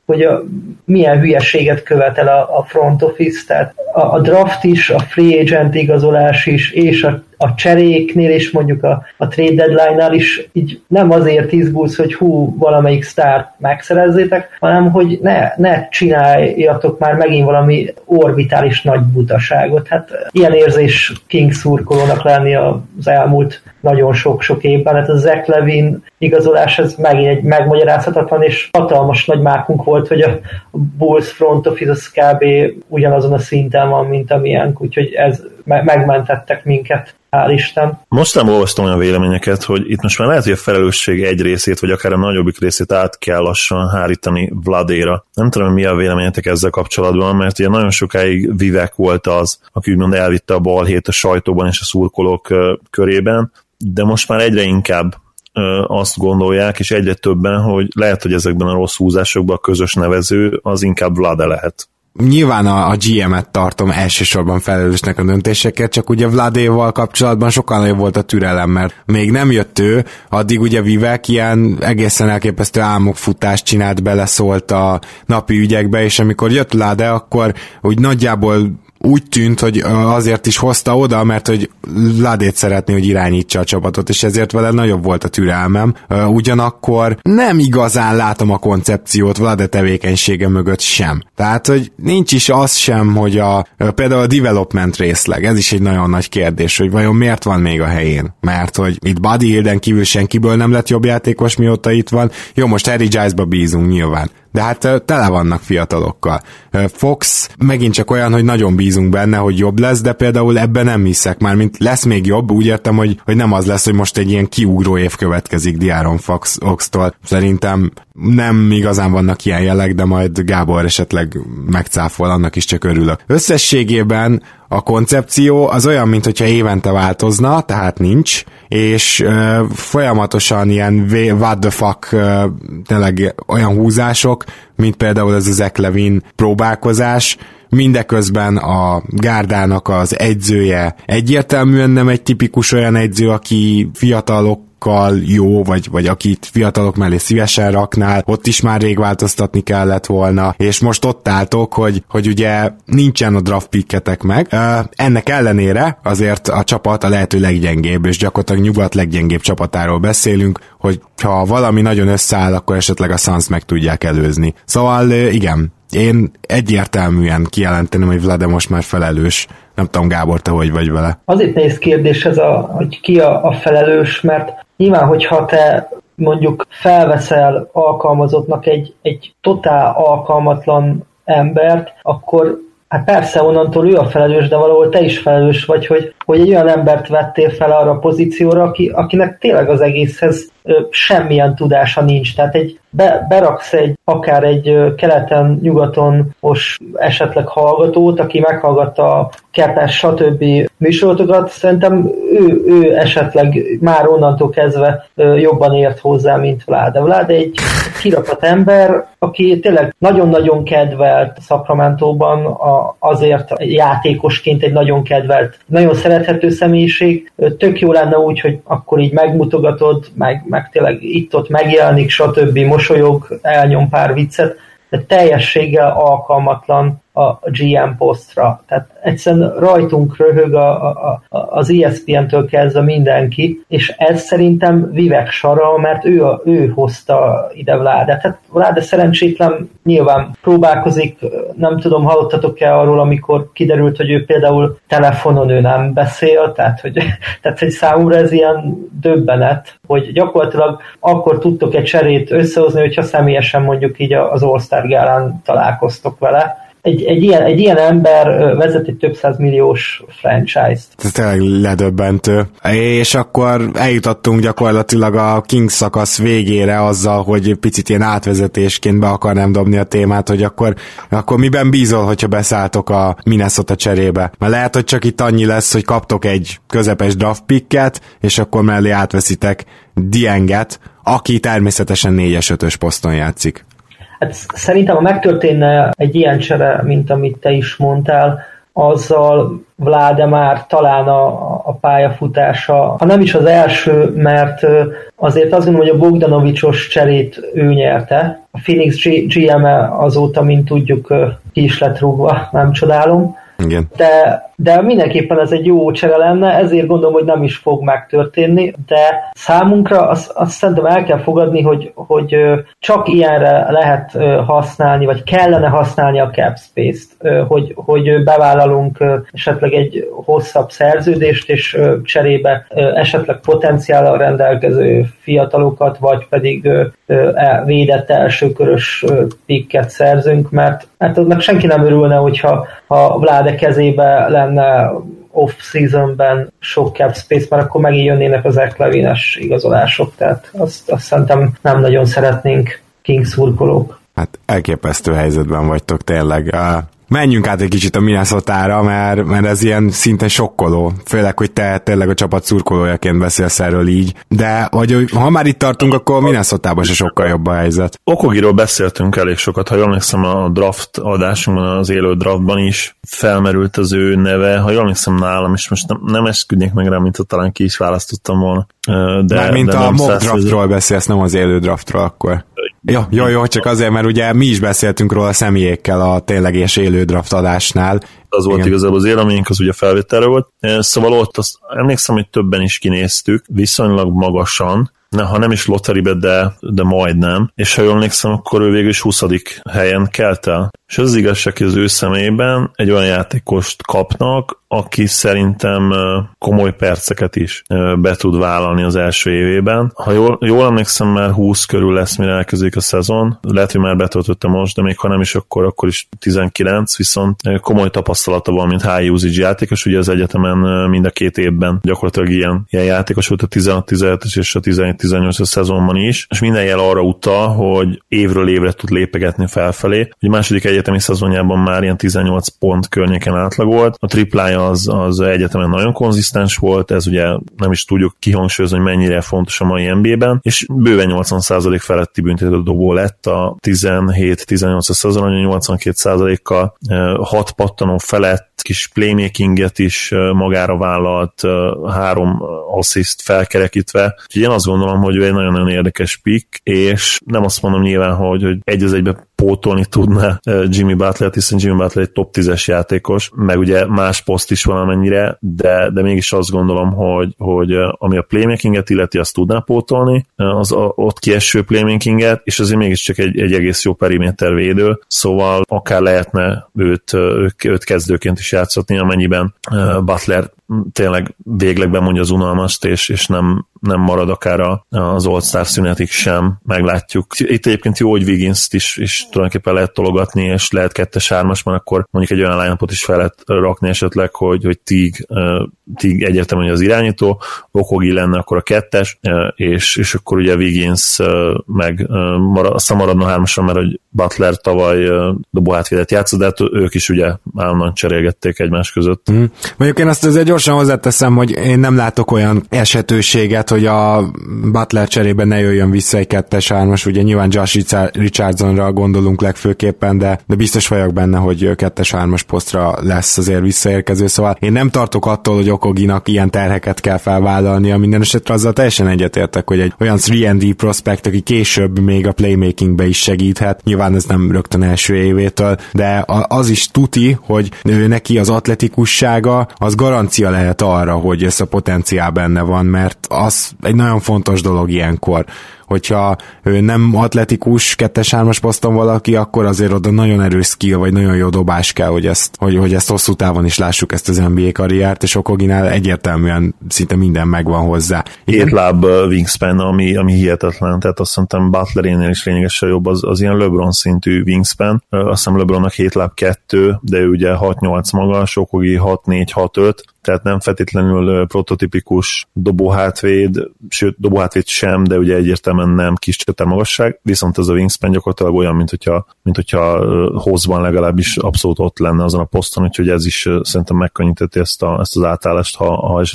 hogy milyen hülyeséget követel a front office, tehát a draft is, a free agent igazolás is, és a cseréknél is, mondjuk a trade deadline-nál is így nem azért izgulsz, hogy valamelyik sztárt megszerezzétek, hanem hogy ne csináljatok már megint valami orbitális nagy butaságot. Hát ilyen érzés King szurkolónak lenni az elmúlt nagyon sok-sok évben. Hát a Zach Levine igazolás, ez megint egy megmagyarázhatatlan, és hatalmas nagy mákunk volt, hogy a Bulls front office az kb. Ugyanazon a szinten van, mint amilyenk, úgyhogy ez megmentettek minket. Hál' Isten. Most nem olvastam olyan véleményeket, hogy itt most már lehet, hogy a felelősség egy részét, vagy akár a nagyobbik részét át kell lassan hárítani Vladéra. Nem tudom, mi a véleményetek ezzel kapcsolatban, mert ugye nagyon sokáig Vivek volt az, aki úgymond elvitte a balhét a sajtóban és a szurkolók körében, de most már egyre inkább azt gondolják, és egyre többen, hogy lehet, hogy ezekben a rossz húzásokban a közös nevező az inkább Vlade lehet. Nyilván a GM-et tartom elsősorban felelősnek a döntésekért, csak ugye Vladéval kapcsolatban sokkal nagyobb volt a türelem, mert még nem jött ő, addig ugye Vivek ilyen egészen elképesztő álmokfutást csinált, beleszólt a napi ügyekbe, és amikor jött Vlade, akkor úgy nagyjából úgy tűnt, hogy azért is hozta oda, mert hogy Vladét szeretné, hogy irányítsa a csapatot, és ezért vele nagyobb volt a türelmem. Ugyanakkor nem igazán látom a koncepciót Vlade tevékenysége mögött sem. Tehát, hogy nincs is az sem, hogy például a development részleg, ez is egy nagyon nagy kérdés, hogy vajon miért van még a helyén. Mert hogy itt Buddy Hielden kívül senkiből nem lett jobb játékos, mióta itt van. Jó, most Harry Giles-ba bízunk nyilván. De hát tele vannak fiatalokkal. Fox megint csak olyan, hogy nagyon bízunk benne, hogy jobb lesz, de például ebben nem hiszek már, mint lesz még jobb, úgy értem, hogy nem az lesz, hogy most egy ilyen kiugró év következik De'Aaron Fox-tól. Szerintem nem igazán vannak ilyen jelek, de majd Gábor esetleg megcáfol, annak is csak örülök. Összességében a koncepció az olyan, mint hogyha évente változna, tehát nincs, és folyamatosan ilyen what the fuck tényleg olyan húzások, mint például ez a Zach Levine próbálkozás, mindeközben a gárdának az edzője egyértelműen nem egy tipikus olyan edző, aki fiatalokkal jó, vagy akit fiatalok mellé szívesen raknál, ott is már rég változtatni kellett volna, és most ott álltok, hogy ugye nincsen a draft picketek meg. Ennek ellenére azért a csapat a lehető leggyengébb, és gyakorlatilag nyugat leggyengébb csapatáról beszélünk, hogy ha valami nagyon összeáll, akkor esetleg a Suns meg tudják előzni. Szóval igen, én egyértelműen kijelenteném, hogy Vlade most már felelős. Nem tudom, Gábor, te hogy vagy vele? Azért nehéz kérdés ez, hogy ki a felelős, mert nyilván, hogyha te mondjuk felveszel alkalmazottnak egy totál alkalmatlan embert, akkor hát persze onnantól ő a felelős, de valahol te is felelős vagy, hogy egy olyan embert vettél fel arra a pozícióra, akinek tényleg az egészhez semmilyen tudása nincs. Tehát beraksz akár egy keleten-nyugaton most esetleg hallgatót, aki meghallgatta a Kepes, stb. Műsorotokat, szerintem ő esetleg már onnantól kezdve jobban ért hozzá, mint Vlade. Vlade egy kirakat ember, aki tényleg nagyon-nagyon kedvelt Sacramentóban, azért játékosként egy nagyon kedvelt, nagyon szerethető személyiség. Tök jó lenne úgy, hogy akkor így megmutogatod, meg tényleg itt-ott megjelenik, stb. Mosolyog, elnyom pár viccet, de teljességgel alkalmatlan a GM posztra. Tehát egyszerűen rajtunk röhög az ESPN-től kezdve mindenki, és ez szerintem Vivek sara, mert ő hozta ide Vladet. Tehát Vlade szerencsétlen nyilván próbálkozik, nem tudom, hallottatok-e arról, amikor kiderült, hogy ő például telefonon ő nem beszél, tehát hogy számomra ez ilyen döbbenet, hogy gyakorlatilag akkor tudtok egy cserét összehozni, hogyha személyesen mondjuk így az All-Star gálán találkoztok vele. Egy ilyen ember vezet egy több 100 milliós franchise-t. Ez tényleg ledöbbentő. És akkor eljutottunk gyakorlatilag a Kings szakasz végére azzal, hogy picit ilyen átvezetésként be akarnám dobni a témát, hogy akkor miben bízol, hogyha beszálltok a Minnesota cserébe? Mert lehet, hogy csak itt annyi lesz, hogy kaptok egy közepes draft picket, és akkor mellé átveszitek Dienget, aki természetesen 4-5-ös poszton játszik. Hát szerintem, ha megtörténne egy ilyen csere, mint amit te is mondtál, azzal Vladimir talán a pályafutása, ha nem is az első, mert azért azt gondolom, hogy a Bogdanovicsos cserét ő nyerte. A Phoenix GM-e azóta, mint tudjuk, ki is lett rúgva, nem csodálom. Igen. De mindenképpen ez egy jó csere lenne, ezért gondolom, hogy nem is fog megtörténhogy, de számunkra azt szerintem el kell fogadni, hogy csak ilyenre lehet használni, vagy kellene használni a cap space-t, hogy bevállalunk esetleg egy hosszabb szerződést, és cserébe esetleg potenciállal rendelkező fiatalokat, vagy pedig védett elsőkörös picket szerzünk, mert annak senki nem örülne, hogyha Vlade kezébe lenne off-seasonben sok cap space, mert akkor megint jönnének az Eklevines igazolások, tehát azt szerintem nem nagyon szeretnénk Kings szurkolók. Hát elképesztő helyzetben vagytok tényleg. Menjünk át egy kicsit a Minnesotára, mert ez ilyen szinte sokkoló, főleg, hogy te tényleg a csapat szurkolójaként beszélsz erről így, de ha már itt tartunk, akkor Minnesotában se sokkal jobb a helyzet. Okogiról beszéltünk elég sokat, ha jól emlékszem, a draft adásunkban, az élő draftban is felmerült az ő neve, ha jól emlékszem nálam, és most nem esküdnék meg rá, mint talán ki is választottam volna. Mármint a mock draftról beszélsz, nem az élő draftról akkor. Jó, csak azért, mert ugye mi is beszéltünk róla személyékkel a tényleges élő draft adásnál. Az volt igazából az élményünk, az ugye felvételre volt. Szóval ott azt emlékszem, hogy többen is kinéztük, viszonylag magasan, ha nem is lotteribe, de majdnem, és ha jól emlékszem, akkor ő végül is 20. helyen kelt el. És az igazság, hogy az ő személyében egy olyan játékost kapnak, aki szerintem komoly perceket is be tud vállalni az első évében. Ha jól emlékszem, már 20 körül lesz, mire elkezdődik a szezon. Lehet, hogy már betöltötte most, de még ha nem is, akkor is 19, viszont komoly tapasztalata van, mint high usage játékos. Ugye az egyetemen mind a két évben gyakorlatilag ilyen játékos volt a 16-17-es és a 17-18-as szezonban is, és minden jel arra utal, hogy évről évre tud lépegetni felfelé. Ugye második egyetemi szezonjában már ilyen 18 pont környéken átlagolt. A triplája az egyetemen nagyon konzisztens volt, ez ugye nem is tudjuk kihangsúlyozni, hogy mennyire fontos a mai NBA-ben, és bőven 80% feletti büntetődobó lett a 17-18 szezonban, 82%-kal 6 pattanó felett kis playmakinget is magára vállalt, 3 assziszt felkerekítve. Úgyhogy én azt gondolom, hogy ő egy nagyon-nagyon érdekes pick, és nem azt mondom nyilván, hogy egy az egybe pótolni tudná Jimmy Butler-t, hiszen Jimmy Butler egy top 10-es játékos, meg ugye más poszt is valamennyire, de mégis azt gondolom, hogy ami a playmakinget illeti, azt tudná pótolni, az ott kieső playmakinget, és azért mégiscsak egy egész jó periméter védő, szóval akár lehetne őt kezdőként is játszatni, amennyiben Butler tényleg véglegben mondja az unalmast, és nem marad akár az All-Star szünetig sem, meglátjuk. Itt egyébként jó, hogy Wigginst is tulajdonképpen lehet tologatni, és lehet 2-3-as, mert akkor mondjuk egy olyan line-upot is fel lehet rakni esetleg, hogy Teague egyértelműen az irányító, Okogie lenne akkor a 2-es, és akkor ugye Wiggins meg aztán maradna 3-asan, mert hogy Butler tavaly dobóhátvédet játszott, de hát ők is ugye állandóan cserélgették egymás között. Mondjuk én azt azért gyorsan hozzáteszem, hogy én nem látok olyan esetőséget, hogy a Butler cserében ne jöjjön vissza egy 2-3-as, ugye nyilván Josh Richardsonra gondolunk legfőképpen, de biztos vagyok benne, hogy 2-3-as posztra lesz azért visszaérkező, szóval én nem tartok attól, hogy Okoginak ilyen terheket kell felvállalnia, minden esetre azzal teljesen egyetértek, hogy egy olyan 3&D prospect, aki később még a playmakingbe is segíthet, nyilván ez nem rögtön első évétől, de az is tuti, hogy neki az atletikussága az garancia lehet arra, hogy ez a potenciál benne van, mert az egy nagyon fontos dolog ilyenkor. Hogyha ő nem atletikus 2-3-as poszton valaki, akkor azért oda nagyon erős skill, vagy nagyon jó dobás kell, hogy ezt hosszú távon is lássuk, ezt az NBA karriert, és Okoginál egyértelműen szinte minden megvan hozzá. 7 láb wingspan, ami hihetetlen, tehát azt szerintem Butlerénél is lényegesen jobb, az ilyen LeBron szintű wingspan, azt hiszem LeBronnak 7 láb 2, de ő ugye 6-8 magas, Okogie 6-4-6-5, tehát nem feltétletlenül prototipikus dobóhátvéd, sőt dobóhátvéd sem, de ugye egyértelműen nem kis csöter magasság, viszont ez a wingspan gyakorlatilag olyan, mint hogyha hozban legalábbis abszolút ott lenne azon a poszton, úgyhogy ez is szerintem megkönnyíteti ezt az átállást, ha esetleg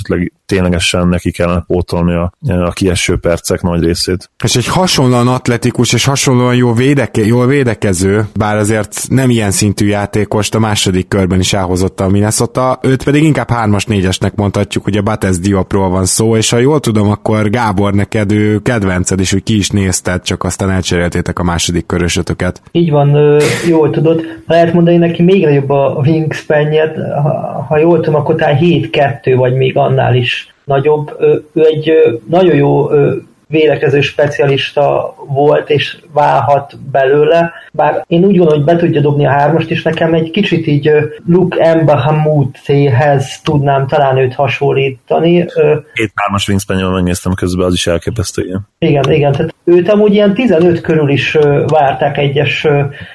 ténylegesen neki kellene pótolni a kieső percek nagy részét. És egy hasonlóan atletikus és hasonlóan jól védekező, bár azért nem ilyen szintű játékost a második körben is elhozotta a Minnesota, őt pedig inkább 3-4-esnek mondhatjuk, hogy a Bates Diopról van szó, és ha jól tudom, akkor Gábor, neked ő kedvenced, és hogy ki is nézted, csak aztán elcseréltétek a második körösötöket. Így van, jól tudod. Lehet mondani neki még nagyobb a wingspan-jét, ha jól tudom, akkor talán 7-2 vagy még annál is nagyobb. Ő egy nagyon jó védekező specialista volt, és válhat belőle, bár én úgy gondolom, hogy be tudja dobni a 3-ast, és nekem egy kicsit így Luke Mbahute-hez tudnám talán őt hasonlítani. 7-3-as wingspan-jól megnéztem közben, az is elképesztő, igen. Igen, tehát őt amúgy ilyen 15 körül is várták egyes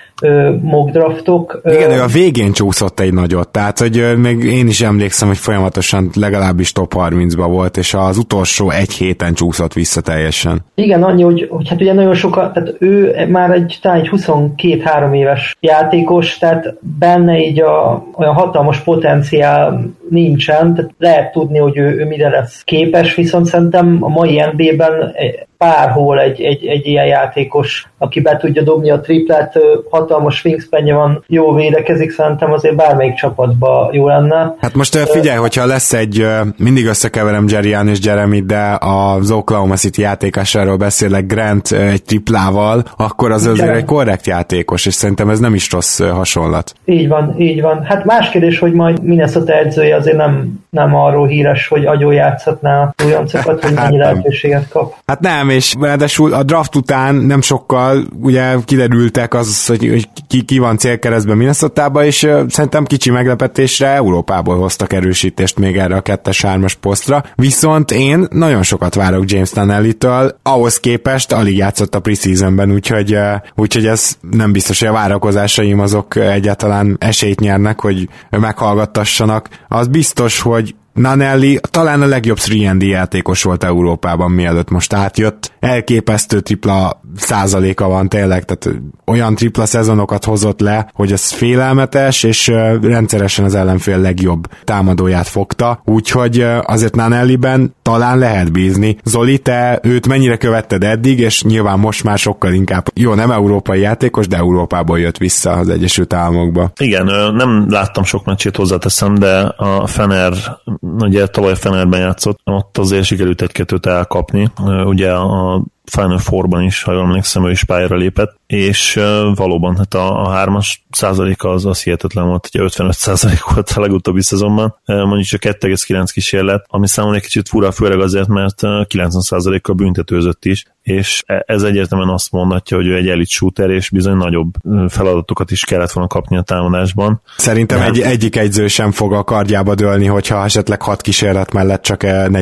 mock draftok. Igen, ő a végén csúszott egy nagyot, tehát hogy még én is emlékszem, hogy folyamatosan legalábbis top 30-ba volt, és az utolsó egy héten csúszott vissza teljesen. Igen, annyi, hogy hát ugye nagyon sokat, tehát ő már talán egy 22-3 éves játékos, tehát benne így olyan hatalmas potenciál nincsen, tehát lehet tudni, hogy ő mire lesz képes, viszont szerintem a mai NBA-ben párhol egy ilyen játékos, aki be tudja dobni a triplát, hatalmas wingspanje van, jól védekezik, szerintem azért bármelyik csapatban jó lenne. Hát most figyelj, hogyha lesz mindig összekeverem Jerryan és Jeremy, de az Oklahoma City játékásáról beszélek, Grant egy triplával, akkor az azért egy korrekt játékos, és szerintem ez nem is rossz hasonlat. Így van. Hát más kérdés, hogy majd Minnesota edzője azért nem arról híres, hogy agyon játszhatná a újoncokat, hogy mennyi lehetőséget kap. Hát nem, és ráadásul a draft után nem sokkal ugye kiderültek az, hogy ki van célkeresztben Minnesotába, és szerintem kicsi meglepetésre Európából hoztak erősítést még erre a 2-3-as posztra. Viszont én nagyon sokat várok James Nunnally-től, ahhoz képest alig játszott a preseasonben, úgyhogy ez nem biztos, hogy a várakozásaim azok egyáltalán esélyt nyernek, hogy meghallgattassanak. Az biztos, hogy Nunnally talán a legjobb 3&D játékos volt Európában, mielőtt most átjött. Elképesztő tripla százaléka van tényleg, tehát olyan tripla szezonokat hozott le, hogy ez félelmetes, és rendszeresen az ellenfél legjobb támadóját fogta, úgyhogy azért Nunnally-ben talán lehet bízni. Zoli, te őt mennyire követted eddig, és nyilván most már sokkal inkább, jó, nem európai játékos, de Európából jött vissza az Egyesült Államokba. Igen, nem láttam sok meccsét, hozzáteszem, de a Fener, ugye tavaly Fenerben játszott, ott azért sikerült egy-kettőt elkapni, ugye a Final Four-ban is, ha jól emlékszem, ő is pályára lépett, és valóban hát a 3-as százaléka az hihetetlen volt, ugye 55% volt a legutóbbi szezonban, mondjuk csak 2,9 kísérlet, ami számomra egy kicsit fura, főleg azért, mert 90%-kal büntetőzött is, és ez egyértelműen azt mondhatja, hogy ő egy elite shooter, és bizony nagyobb feladatokat is kellett volna kapni a támadásban. Szerintem egyik edző sem fog a kardjába dőlni, hogyha esetleg 6 kísérlet mellett csak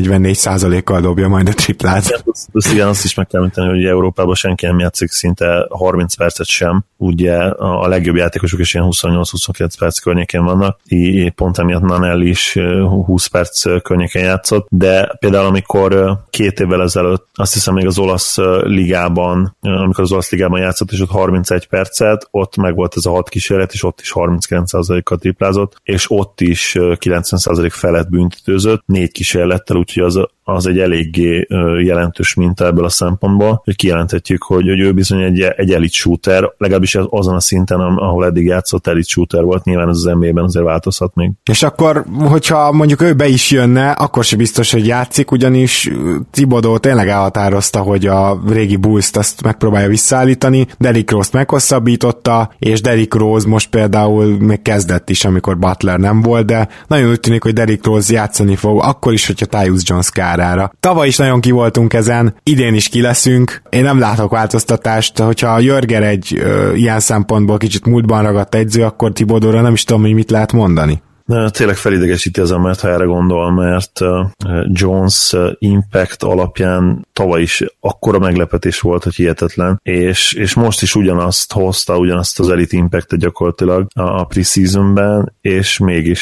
44%-kal dobja majd a triplát. Igen, azt is meg kell említeni, hogy Európában senki nem játszik szinte 30 percet sem, ugye a legjobb játékosok is ilyen 28-29 perc környékén vannak, pont emiatt Nunnally is 20 perc környékén játszott, de például amikor 2 évvel ezelőtt, azt hiszem még az olasz ligában, amikor az olasz ligában játszott, és ott 31 percet, ott meg volt ez a 6 kísérlet, és ott is 39%-kal triplázott, és ott is 90% felett büntetőzött, 4 kísérlettel, úgyhogy az egy eléggé jelentős minta ebből a szempontból, hogy kijelenthetjük, hogy ő bizony egy elite shooter, legalábbis azon a szinten, ahol eddig játszott, elite shooter volt, nyilván ez az NBA-ben azért változhat még. És akkor, hogyha mondjuk ő be is jönne, akkor sem biztos, hogy játszik, ugyanis Thibodeau tényleg elhatározta, hogy a régi Bulls-t azt megpróbálja visszaállítani, Derrick Rose-t meghosszabbította, és Derrick Rose most például még kezdett is, amikor Butler nem volt, de nagyon úgy tűnik, hogy Derrick Rose játszani fog, akkor is, hogyha Tyus Jones kárára. Tavaly is nagyon ki voltunk ezen, idén is ki leszünk. Én nem látok változtatást, hogyha a Jörger egy ilyen szempontból kicsit múltban ragadt edző, akkor Thibodeaura nem is tudom, hogy mit lehet mondani. De tényleg felidegesíti az embert, ha erre gondol, mert Jones impact alapján tavaly is akkora meglepetés volt, hogy hihetetlen, és most is ugyanazt hozta, ugyanazt az elite impactet gyakorlatilag a preseasonben, és mégis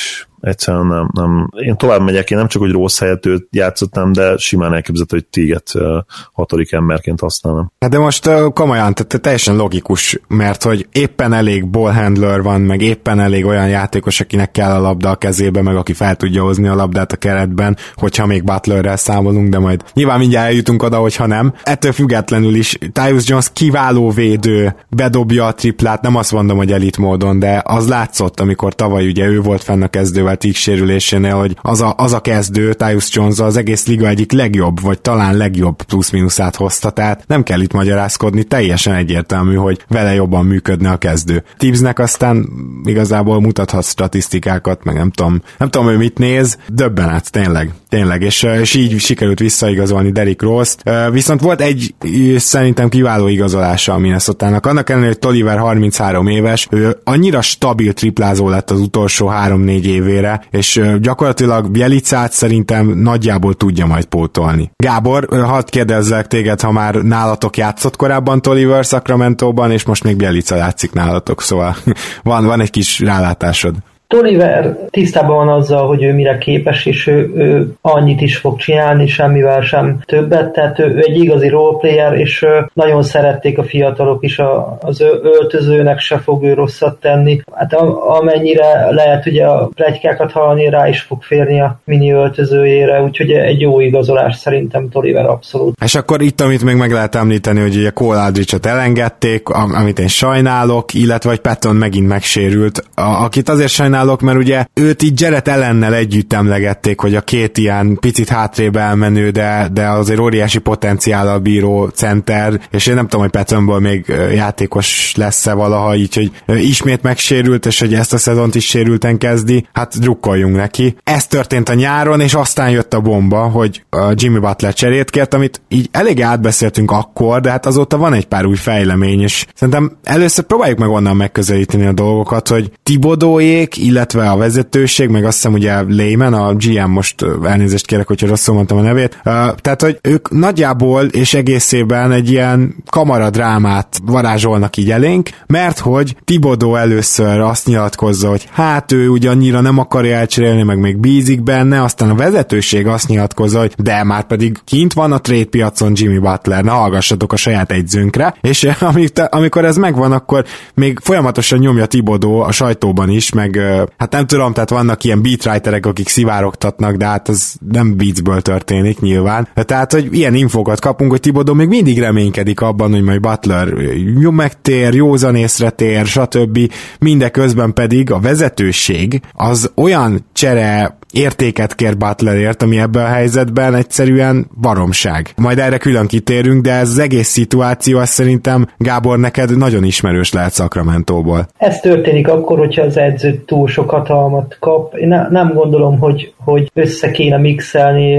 egyszerűen nem. Én tovább megyek, én nem csak, hogy rossz helyet őt játszottam, de simán elképzelhető, hogy Teaget 6. emberként használom. Hát de most komolyan, tehát teljesen logikus, mert hogy éppen elég ballhandler van, meg éppen elég olyan játékos, akinek kell a labda a kezébe, meg aki fel tudja hozni a labdát a keretben, hogyha még Butlerrel számolunk, de majd nyilván mindjárt eljutunk oda, hogyha nem. Ettől függetlenül is Tyus Jones kiváló védő, bedobja a triplát, nem azt mondom, hogy elit módon, de az látszott, amikor tavaly ugye ő volt fenn a kezdővel Teague sérülésénél, hogy az a kezdő, Tyus Jones az egész liga egyik legjobb, vagy talán legjobb plusz-minuszát hozta, tehát nem kell itt magyarázkodni, teljesen egyértelmű, hogy vele jobban működne a kezdő. Tibbsnek aztán igazából mutathat statisztikákat, meg nem tudom ő mit néz, döbbenet, tényleg, és így sikerült visszaigazolni Derrick Rose-t. Viszont volt egy szerintem kiváló igazolása a Minnesotának, annak ellenére, hogy Tolliver 33 éves, ő annyira stabil triplázó lett az utolsó 3-4 évére, és gyakorlatilag Bjelicát szerintem nagyjából tudja majd pótolni. Gábor, hadd kérdezzek téged, ha már nálatok játszott korábban Tolliver Sacramento-ban, és most még Bjelica játszik nálatok, szóval van egy kis rálátásod. Tolliver tisztában van azzal, hogy ő mire képes, és ő annyit is fog csinálni, semmivel sem többet, tehát ő egy igazi roleplayer, és nagyon szerették a fiatalok is, az öltözőnek se fog ő rosszat tenni. Hát amennyire lehet ugye a pletykákat hallani, rá is fog férni a mini öltözőjére, úgyhogy egy jó igazolás szerintem Tolliver abszolút. És akkor itt, amit még meg lehet említeni, hogy ugye Cole Aldridge-ot elengedték, amit én sajnálok, illetve hogy Patton megint megsérült, akit azért sajnálok, mert ugye őt így Jarrett Allennel együtt emlegették, hogy a két ilyen picit hátrébb elmenő, de azért óriási potenciállal bíró center, és én nem tudom, hogy Pattonból még játékos lesz-e valaha, így, hogy ismét megsérült, és hogy ezt a szezont is sérülten kezdi, hát drukkoljunk neki. Ez történt a nyáron, és aztán jött a bomba, hogy Jimmy Butler cserét kért, amit így elég átbeszéltünk akkor, de hát azóta van egy pár új fejlemény, és szerintem először próbáljuk meg onnan megközelíteni a dolgokat, hogy Thibodeauék, illetve a vezetőség, meg azt hiszem ugye Lehman, a GM, most elnézést kérek, hogyha rosszul mondtam a nevét, tehát, hogy ők nagyjából és egészében egy ilyen kamaradrámát varázsolnak így elénk, mert hogy Thibodeau először azt nyilatkozza, hogy hát ő ugye annyira nem akarja elcserélni, meg még bízik benne, aztán a vezetőség azt nyilatkozza, hogy de már pedig kint van a trade piacon Jimmy Butler, ne hallgassatok a saját egyzőnkre, és amikor ez megvan, akkor még folyamatosan nyomja Thibodeau a sajtóban is, meg hát nem tudom, tehát vannak ilyen beatwriterek, akik szivárogtatnak, de hát az nem beatsből történik nyilván. Tehát, hogy ilyen infókat kapunk, hogy Thibodeau még mindig reménykedik abban, hogy majd Butler jó megtér, józanészre tér, stb. Mindeközben pedig a vezetőség az olyan csere értéket kér Butlerért, ami ebben a helyzetben egyszerűen baromság. Majd erre külön kitérünk, de ez az egész szituáció, azt szerintem, Gábor, neked nagyon ismerős lehet Sacramentóból. Ez történik akkor, hogyha az edző túl sok hatalmat kap. Én nem gondolom, hogy össze kéne mixelni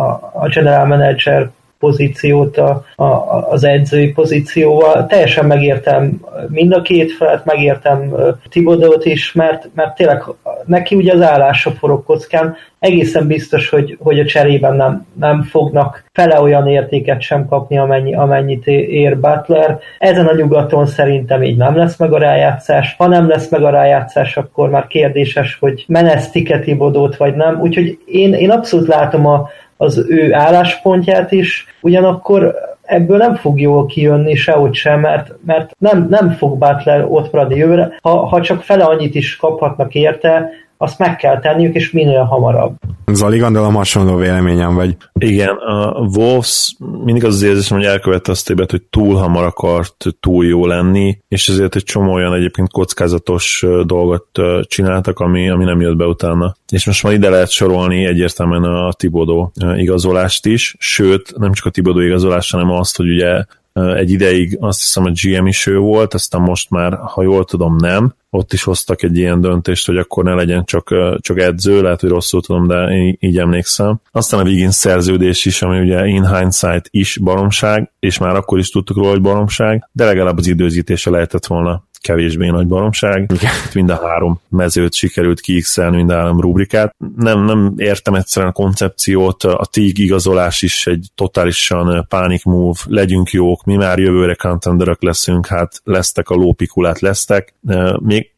a general manager pozíciót az edzői pozícióval. Teljesen megértem mind a két felet, megértem Thibodeaut is, mert tényleg neki ugye az állása forog kockán. Egészen biztos, hogy a cserében nem fognak fele olyan értéket sem kapni, amennyit ér Butler. Ezen a nyugaton szerintem így nem lesz meg a rájátszás. Ha nem lesz meg a rájátszás, akkor már kérdéses, hogy menesztik-e Thibodeaut vagy nem. Úgyhogy én abszolút látom az ő álláspontját is, ugyanakkor ebből nem fog jól kijönni sehogy sem, mert nem fog Butler ott maradni jövőre. Ha csak fele annyit is kaphatnak érte, azt meg kell tenniük, és minél hamarabb. Zoli, gondolom hasonló véleményem vagy. Igen, a Wolves mindig az érzésem, hogy elkövette azt tébet, hogy túl hamar akart túl jó lenni, és ezért egy csomó olyan egyébként kockázatos dolgot csináltak, ami nem jött be utána. És most már ide lehet sorolni egyértelműen a Thibodeau igazolást is, sőt, nem csak a Thibodeau igazolást, hanem azt, hogy ugye egy ideig azt hiszem, hogy GM is ő volt, aztán most már, ha jól tudom, nem. Ott is hoztak egy ilyen döntést, hogy akkor ne legyen csak edző, lehet, hogy rosszul tudom, de én így emlékszem. Aztán a Wiggins szerződés is, ami ugye in hindsight is baromság, és már akkor is tudtuk róla, hogy baromság, de legalább az időzítése lehetett volna kevésbé nagy baromság. Mind a három mezőt sikerült kiixelni, mind a három rubrikát. Nem értem egyszerűen a koncepciót, a Teague igazolás is egy totálisan panic move, legyünk jók, mi már jövőre contenderök leszünk, hát lesztek a lópikulát lesztek. Még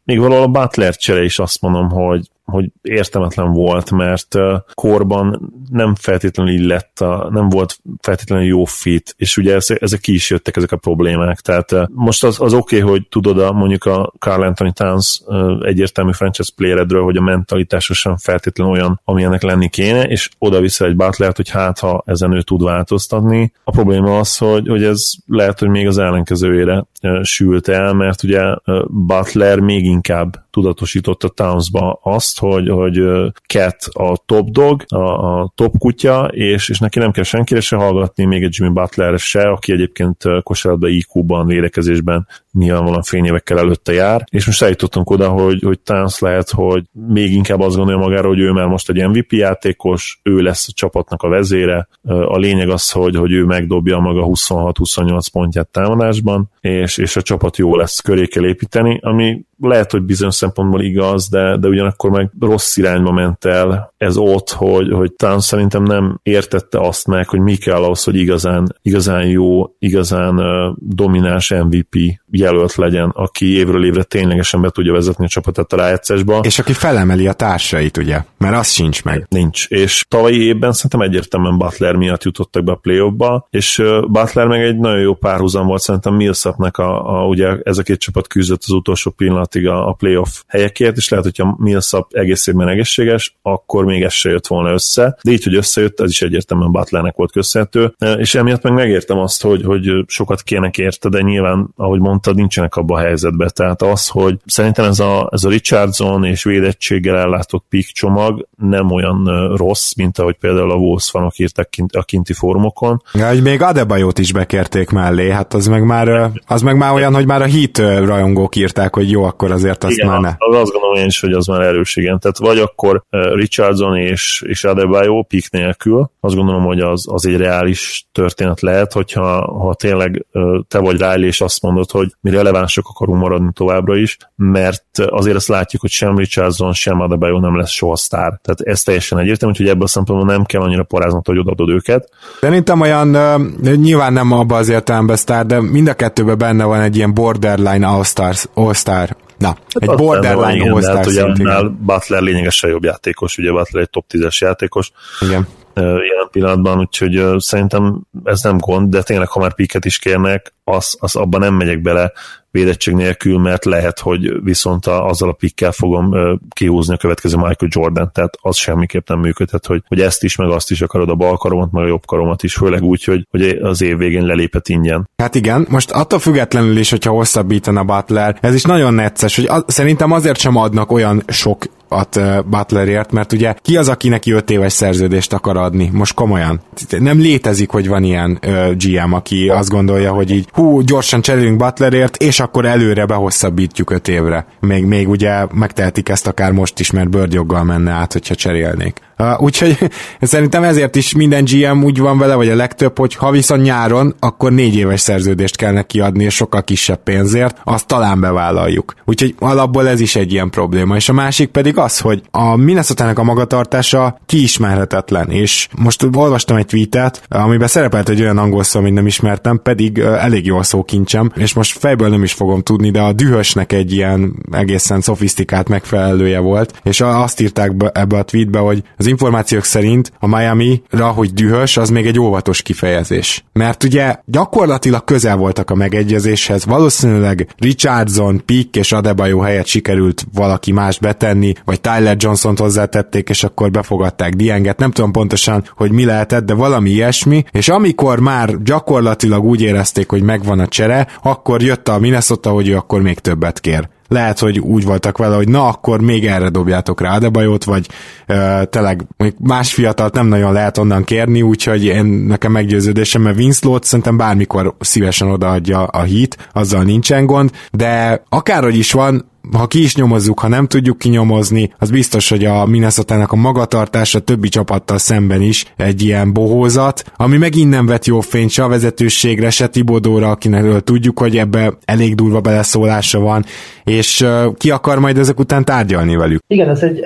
még valahol a Butler csere is azt mondom, hogy értelmetlen volt, mert korban nem feltétlenül illett, nem volt feltétlenül jó fit, és ugye ezek ki is jöttek, ezek a problémák. Tehát most az oké, hogy tudod mondjuk a Karl Anthony Towns egyértelmű franchise playeredről, hogy a mentalitása sem feltétlenül olyan, amilyennek lenni kéne, és oda vissza egy Butlert, hogy ha ezen ő tud változtatni. A probléma az, hogy ez lehet, hogy még az ellenkezőjére sült el, mert ugye Butler még inkább tudatosította Townsba azt, hogy Cat a top dog, a top kutya, és neki nem kell senkire se hallgatni, még egy Jimmy Butler se, aki egyébként kosárlabda IQ-ban, védekezésben nyilvánvalóan fényévekkel előtte jár, és most eljutottunk oda, hogy Towns lehet, hogy még inkább azt gondolja magára, hogy ő már most egy MVP játékos, ő lesz a csapatnak a vezére, a lényeg az, hogy ő megdobja maga 26-28 pontját támadásban, és a csapat jó lesz, köré kell építeni, ami lehet, hogy bizonyos szempontból igaz, de ugyanakkor meg rossz irányba ment el ez ott, hogy Towns szerintem nem értette azt meg, hogy mi kell ahhoz, hogy igazán jó, igazán domináns MVP jelölt legyen, aki évről évre ténylegesen be tudja vezetni a csapatát a rájátszásba. És aki felemeli a társait, ugye? Mert az sincs meg. Nincs. És tavalyi évben szerintem egyértelműen Butler miatt jutottak be a play-offba, és Butler meg egy nagyon jó párhuzam volt szerintem Millsapnek ugye ez a két csapat küzdött az utolsó pillanatig a playoff helyekért, és lehet, hogyha Millsap egész évben egészséges, akkor még ez se jött volna össze. De így, hogy összejött, ez is egyértelműen Butlernek volt köszönhető, és emiatt meg megértem azt, hogy sokat kérnek érte, de nyilván, ahogy mondtad, nincsenek abba a helyzetbe. Tehát az, hogy szerintem ez a Richardson és védettséggel ellátott pick csomag nem olyan rossz, mint ahogy például a Wolves fanok írták a kinti fórumokon. Ja, hogy még Adebayot is bekérték mellé, hát az meg már olyan, hogy már a Heat rajongók írták, hogy jó, akkor azért azt már ne. Azt gondolom én is, hogy az már erős, igen. Tehát vagy akkor Richardson és Adebayo pick nélkül, azt gondolom, hogy az egy reális történet lehet, hogyha tényleg te vagy Riley, és azt mondod, hogy mi relevánsok akarunk maradni továbbra is, mert azért azt látjuk, hogy sem Richardson, sem Adebayo nem lesz soha sztár. Tehát ez teljesen egyértelmű, hogy ebből a szempontból nem kell annyira paráznod, hogy odaadod őket. Szerintem olyan, nyilván nem abban az értelemben sztár, de mind a kettőben benne van egy ilyen borderline all-star. Na, egy borderline all-star szintén. Butler lényegesen jobb játékos, ugye Butler egy top 10-es játékos. Igen. Jelen pillanatban, úgyhogy szerintem ez nem gond, de tényleg, ha már picket is kérnek, az abban nem megyek bele védettség nélkül, mert lehet, hogy viszont azzal a pickkel fogom kihúzni a következő Michael Jordan, tehát az semmiképp nem működhet, hogy ezt is, meg azt is akarod, a bal karomat, meg a jobb karomat is, főleg úgy, hogy az év végén lelépett ingyen. Hát igen, most attól függetlenül is, hogyha hosszabbítana Butler, ez is nagyon necces, hogy szerintem azért sem adnak olyan sok Butlerért, mert ugye ki az, aki neki 5 éves szerződést akar adni? Most komolyan. Nem létezik, hogy van ilyen GM, aki azt gondolja, hogy így gyorsan cserélünk Butlerért, és akkor előre behosszabbítjuk 5 évre. Még ugye megtehetik ezt akár most is, mert Bird joggal menne át, hogyha cserélnék. Úgyhogy szerintem ezért is minden GM úgy van vele, vagy a legtöbb, hogy ha viszont nyáron, akkor 4 éves szerződést kell neki adni, és sokkal kisebb pénzért, azt talán bevállaljuk. Úgyhogy alapból ez is egy ilyen probléma. És a másik pedig az, hogy a Minnesotának a magatartása kiismerhetetlen, és most olvastam egy tweetet, amiben szerepelt egy olyan angol szó, amit nem ismertem, pedig elég jól szókincsem, és most fejből nem is fogom tudni, de a dühösnek egy ilyen egészen szofisztikált megfelelője volt, és azt írták ebbe a tweetbe, hogy az információk szerint a Miami-ra, hogy dühös, az még egy óvatos kifejezés. Mert ugye gyakorlatilag közel voltak a megegyezéshez, valószínűleg Richardson, Pick és Adebayo helyett sikerült valaki más betenni, vagy Tyler Johnson-t hozzátették, és akkor befogadták Dienget, nem tudom pontosan, hogy mi lehetett, de valami ilyesmi, és amikor már gyakorlatilag úgy érezték, hogy megvan a csere, akkor jött a Minnesota, hogy ő akkor még többet kér. Lehet, hogy úgy voltak vele, hogy na, akkor még erre dobjátok rá Adebayot, vagy tényleg más fiatalt nem nagyon lehet onnan kérni, úgyhogy nekem meggyőződésem, mert Vince Lott szerintem bármikor szívesen odaadja a Heat, azzal nincsen gond, de akárhogy is van, ha ki is nyomozzuk, ha nem tudjuk kinyomozni, az biztos, hogy a Minnesotának a magatartása többi csapattal szemben is egy ilyen bohózat, ami megint nem vet jó fényt se a vezetőségre, se Thibodeaura, akinek tudjuk, hogy ebbe elég durva beleszólása van, és ki akar majd ezek után tárgyalni velük? Igen, ez egy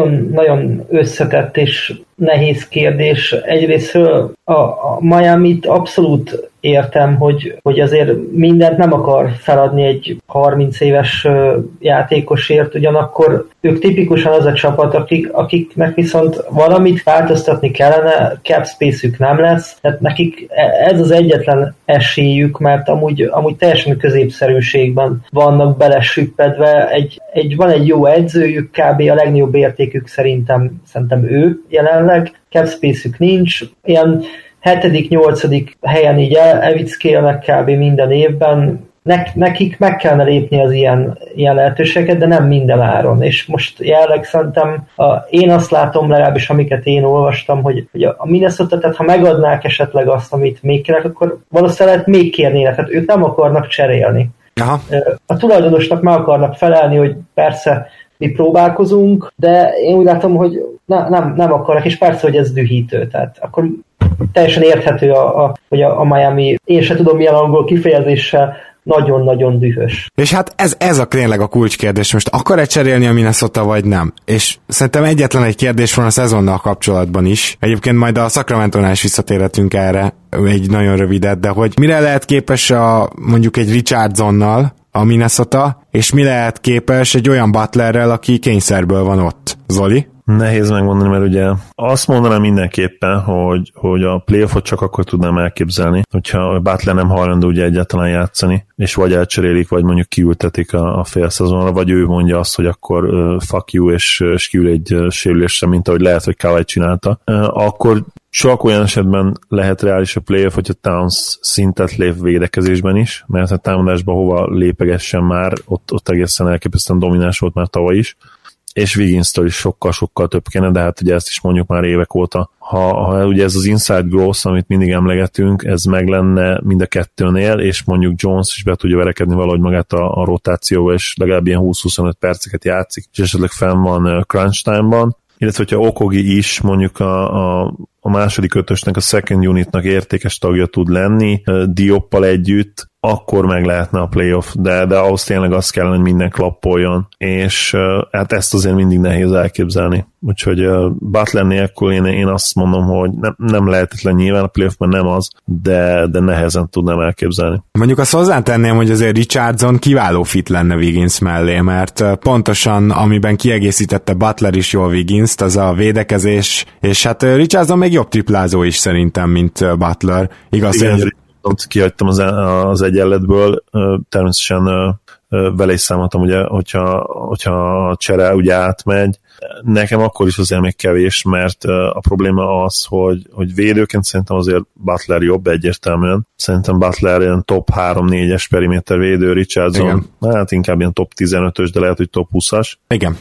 nagyon összetett és nehéz kérdés. Egyrészt a Miami-t abszolút értem, hogy azért mindent nem akar feladni egy 30 éves játékosért, ugyanakkor ők tipikusan az a csapat, akiknek viszont valamit változtatni kellene, cap space-ük nem lesz, tehát nekik ez az egyetlen esélyük, mert amúgy teljesen középszerűségben vannak belesüppedve, van egy jó edzőjük, kb. A legnagyobb értékük szerintem ő jelenleg, cap space-ük nincs, ilyen 7.-8. helyen így elvickélnek kb. Minden évben, nekik meg kellene lépni az ilyen lehetőségeket, de nem minden áron. És most jelenleg szerintem én azt látom, legalábbis amiket én olvastam, hogy a Minnesota, tehát ha megadnák esetleg azt, amit még kérnek, akkor valószínűleg még kérnének, tehát ők nem akarnak cserélni. Aha. A tulajdonosnak meg akarnak felelni, hogy persze mi próbálkozunk, de én úgy látom, hogy nem akarnak, és persze, hogy ez dühítő, tehát akkor teljesen érthető, hogy a Miami, én se tudom milyen angol kifejezéssel, nagyon-nagyon dühös. És hát ez a tényleg a kulcskérdés. Most akar-e cserélni a Minnesota, vagy nem? És szerintem egyetlen egy kérdés van a szezonnal kapcsolatban is. Egyébként majd a Sacramento-nál is visszatérhetünk erre egy nagyon rövidet, de hogy mire lehet képes mondjuk egy Richardsonnal a Minnesota, és mi lehet képes egy olyan Butlerrel, aki kényszerből van ott. Zoli? Nehéz megmondani, mert ugye azt mondanám mindenképpen, hogy a playoffot csak akkor tudnám elképzelni, hogyha Butler nem hajlandó ugye egyáltalán játszani, és vagy elcserélik, vagy mondjuk kiültetik a fél szezonra, vagy ő mondja azt, hogy akkor fuck you, és kiül egy sérülésre, mint ahogy lehet, hogy Kawhi csinálta, akkor csak olyan esetben lehet reális a playoff, hogyha Towns szintet lép védekezésben is, mert a támadásban hova lépegessen már, ott egészen elképesztően domináns volt már tavaly is, és Wigginstől is sokkal-sokkal több kéne, de hát ugye ezt is mondjuk már évek óta. Ha ugye ez az inside growth, amit mindig emlegetünk, ez meg lenne mind a kettőnél, és mondjuk Jones is be tudja verekedni valahogy magát a rotációba, és legalább ilyen 20-25 perceket játszik, és esetleg fenn van crunch time-ban, illetve hogyha Okogi is mondjuk a második ötösnek, a second unitnak értékes tagja tud lenni, Dioppal együtt, akkor meg lehetne a playoff, de ahhoz tényleg az kellene, hogy minden klappoljon, és hát ezt azért mindig nehéz elképzelni. Úgyhogy Butler nélkül én azt mondom, hogy nem lehetetlen nyilván, a playoffban nem az, de nehezen tudnám elképzelni. Mondjuk azt hozzátenném, hogy azért Richardson kiváló fit lenne Wiggins mellé, mert pontosan amiben kiegészítette Butler is jól Wigginst, az a védekezés, és hát Richardson még jobb triplázó is szerintem, mint Butler. Igaz, hogy kihagytam az egyenletből, természetesen vele is számoltam, ugye, hogyha a csere ugye átmegy, nekem akkor is azért még kevés, mert a probléma az, hogy védőként szerintem azért Butler jobb egyértelműen. Szerintem Butler ilyen top 3-4-es periméter védő, Richardson, igen. Hát inkább ilyen top 15-ös, de lehet, hogy top 20-as. Igen.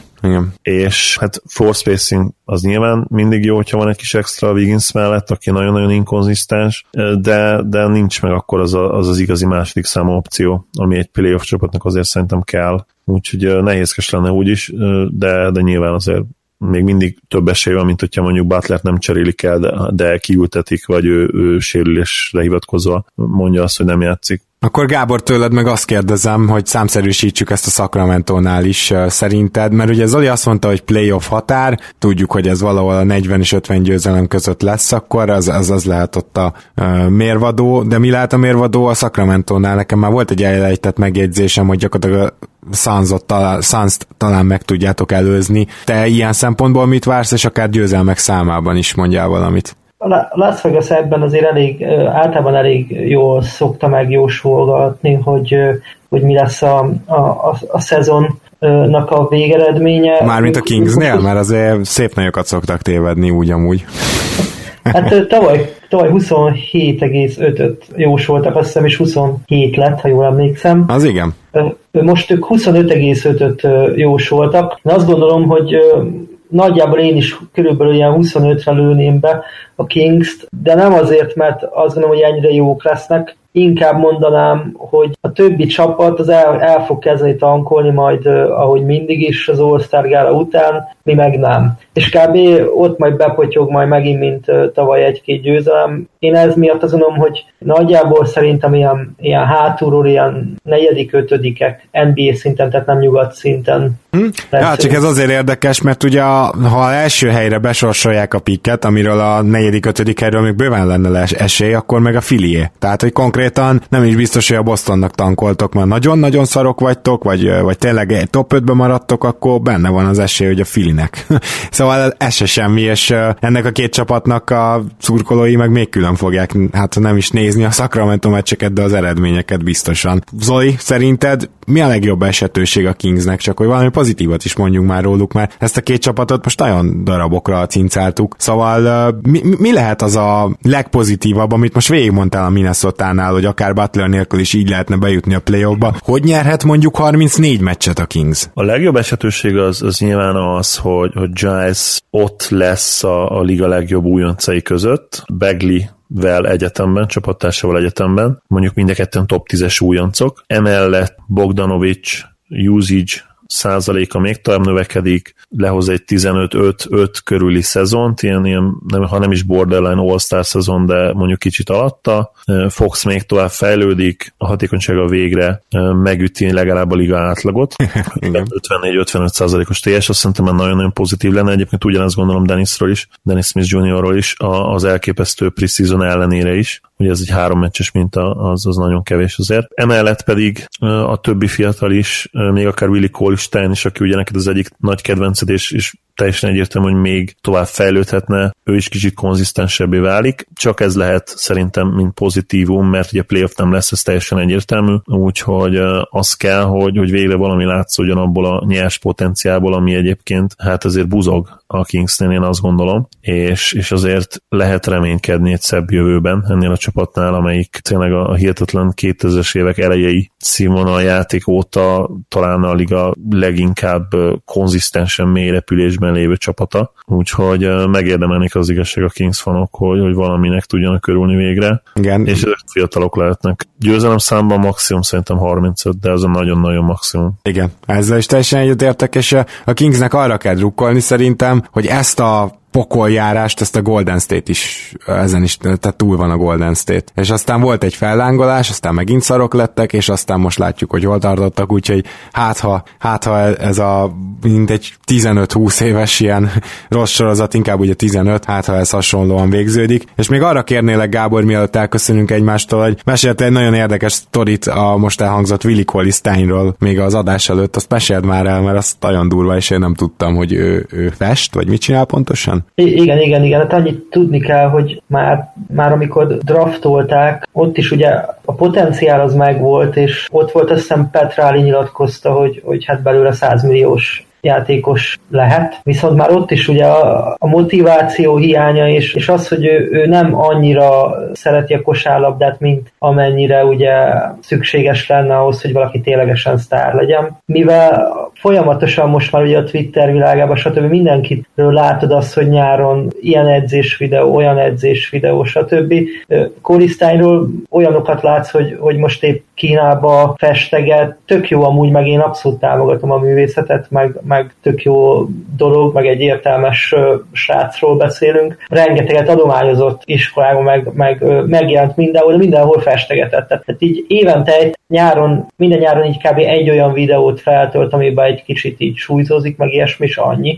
És hát floor spacing az nyilván mindig jó, hogyha van egy kis extra Wiggins mellett, aki nagyon-nagyon inkonzisztens, de nincs meg akkor az igazi második számú opció, ami egy playoff csapatnak azért szerintem kell. Úgyhogy nehézkes lenne úgyis, de nyilván azért még mindig több esély van, mint hogyha mondjuk Butlert nem cserélik el, de kiültetik, vagy ő sérülésre hivatkozva mondja azt, hogy nem játszik. Akkor Gábor, tőled meg azt kérdezem, hogy számszerűsítsük ezt a Sacramento-nál is szerinted, mert ugye Zoli azt mondta, hogy playoff határ, tudjuk, hogy ez valahol a 40 és 50 győzelem között lesz, akkor az lehet ott a mérvadó, de mi lehet a mérvadó a Sacramento-nál? Nekem már volt egy elejtett megjegyzésem, hogy gyakorlatilag Suns-t talán meg tudjátok előzni. Te ilyen szempontból mit vársz, és akár győzelmek számában is mondjál valamit? A Las Vegas ebben azért általában elég jól szokta megjósolgatni, hogy mi lesz a szezonnak a végeredménye. Mármint a Kingsnél? Mert azért szép nagyokat szoktak tévedni úgy amúgy. Hát tavaly 27,5-öt jósoltak, azt hiszem, és 27 lett, ha jól emlékszem. Az igen. Most ők 25,5-öt jósoltak. Én azt gondolom, hogy nagyjából én is körülbelül ilyen 25-re lőném be a Kings-t, de nem azért, mert azt gondolom, hogy ennyire jók lesznek, inkább mondanám, hogy a többi csapat az el fog kezdeni tankolni majd, ahogy mindig is az All-Star gála után, mi meg nem. És kb. Ott majd bepotyog majd megint, mint tavaly egy-két győzelem. Én ez miatt azt gondolom, hogy nagyjából szerintem ilyen hátulról, ilyen 4.-5. NBA szinten, tehát nem nyugat szinten. Ja, csak ez azért érdekes, mert ugye ha első helyre besorsolják a pikket, amiről a 4.-5. helyről még bőven lenne esély, akkor meg a Phillyé. Tehát, hogy konkrétan nem is biztos, hogy a Bostonnak tankoltok, mert nagyon-nagyon szarok vagytok, vagy tényleg egy top 5-ben maradtok, akkor benne van az esély, hogy a Phillynek. Szóval ez se semmi, és ennek a két csapatnak a szurkolói meg még külön fogják, hát nem is nézni a Sacramento meccseket, de az eredményeket biztosan. Zoli, szerinted mi a legjobb esetőség a Kingsnek? Csak hogy valami pozitívat is mondjunk már róluk, mert ezt a két csapatot most nagyon darabokra cincáltuk. Szóval mi lehet az a legpozitívabb, amit most végigmondtál a Minnesotánál, hogy akár Butler nélkül is így lehetne bejutni a playoffba? Hogy nyerhet mondjuk 34 meccset a Kings? A legjobb esetőség az nyilván az, hogy Giles ott lesz a liga legjobb újoncai között, Bagley-vel egyetemben, csapattársával egyetemben, mondjuk mind a ketten top 10-es újoncok. Emellett Bogdanovic usage százaléka még tovább növekedik, lehoz egy 15-5 körüli szezont, ilyen ha nem is borderline all-star szezon, de mondjuk kicsit alatta. Fox még tovább fejlődik, a hatékonysága végre megüti legalább a liga átlagot. 54-55 százalékos TS, azt szerintem nagyon-nagyon pozitív lenne. Egyébként ugyanezt gondolom Dennis Smith Jr.-ról is, az elképesztő preseason ellenére is. Ugye ez egy 3 meccses minta, az nagyon kevés azért. Emellett pedig a többi fiatal is, még akár Willie Cauley-Stein is, aki ugye neked az egyik nagy kedvenced, és teljesen egyértelmű, hogy még tovább fejlődhetne, ő is kicsit konzisztensebbé válik. Csak ez lehet szerintem, mint pozitívum, mert ugye playoff nem lesz, ez teljesen egyértelmű, úgyhogy az kell, hogy végre valami látszódjon abból a nyers potenciálból, ami egyébként hát azért buzog a Kingsnél, én azt gondolom, és azért lehet reménykedni egy szebb jövőben ennél a csapatnál, amelyik tényleg a hihetetlen 2000-es évek elejei színvonal játék óta talán a liga leginkább konzisztensen mély repülésben lévő csapata, úgyhogy megérdemelnék az igazság a Kings fanok, hogy valaminek tudjanak örülni végre. Igen. És ezek fiatalok lehetnek. Győzelem számban maximum szerintem 35, de ez a nagyon-nagyon maximum. Igen, ezzel is teljesen egyetértek, és a Kingsnek arra kell drukkolni szerintem, hogy ezt a pokoljárást, ezt a Golden State is, ezen is, tehát túl van a Golden State. És aztán volt egy fellángolás, aztán megint szarok lettek, és aztán most látjuk, hogy hol tartottak, úgyhogy hát ha ez a mint egy 15-20 éves ilyen rossz sorozat, inkább ugye 15, hát ha ez hasonlóan végződik. És még arra kérnélek, Gábor, mielőtt elköszönünk egymástól, hogy mesélte egy nagyon érdekes sztorit a most elhangzott Willie Cauley-Steinről még az adás előtt, azt meséld már el, mert azt nagyon durva, és én nem tudtam, hogy ő fest, vagy mit csinál pontosan? Igen. Hát annyit tudni kell, hogy már amikor draftolták, ott is ugye a potenciál az megvolt, és ott volt, azt hiszem Pat Riley nyilatkozta, hogy hát belőle 100 milliós játékos lehet, viszont már ott is ugye a motiváció hiánya, és az, hogy ő nem annyira szereti a kosárlabdát, mint amennyire ugye szükséges lenne ahhoz, hogy valaki ténylegesen sztár legyen. Mivel folyamatosan most már ugye a Twitter világában, stb. Mindenkiről látod azt, hogy nyáron ilyen edzés videó, olyan edzés videó, stb. Cauley-Steinről olyanokat látsz, hogy most épp Kínába festeget, tök jó amúgy, meg én abszolút támogatom a művészetet, meg tök jó dolog, meg egy értelmes srácról beszélünk. Rengeteget adományozott iskolában, meg megjelent mindenhol festegetett. Tehát így évente minden nyáron így kb. Egy olyan videót feltölt, amiben egy kicsit így súlyzózik, meg ilyesmi, és annyi.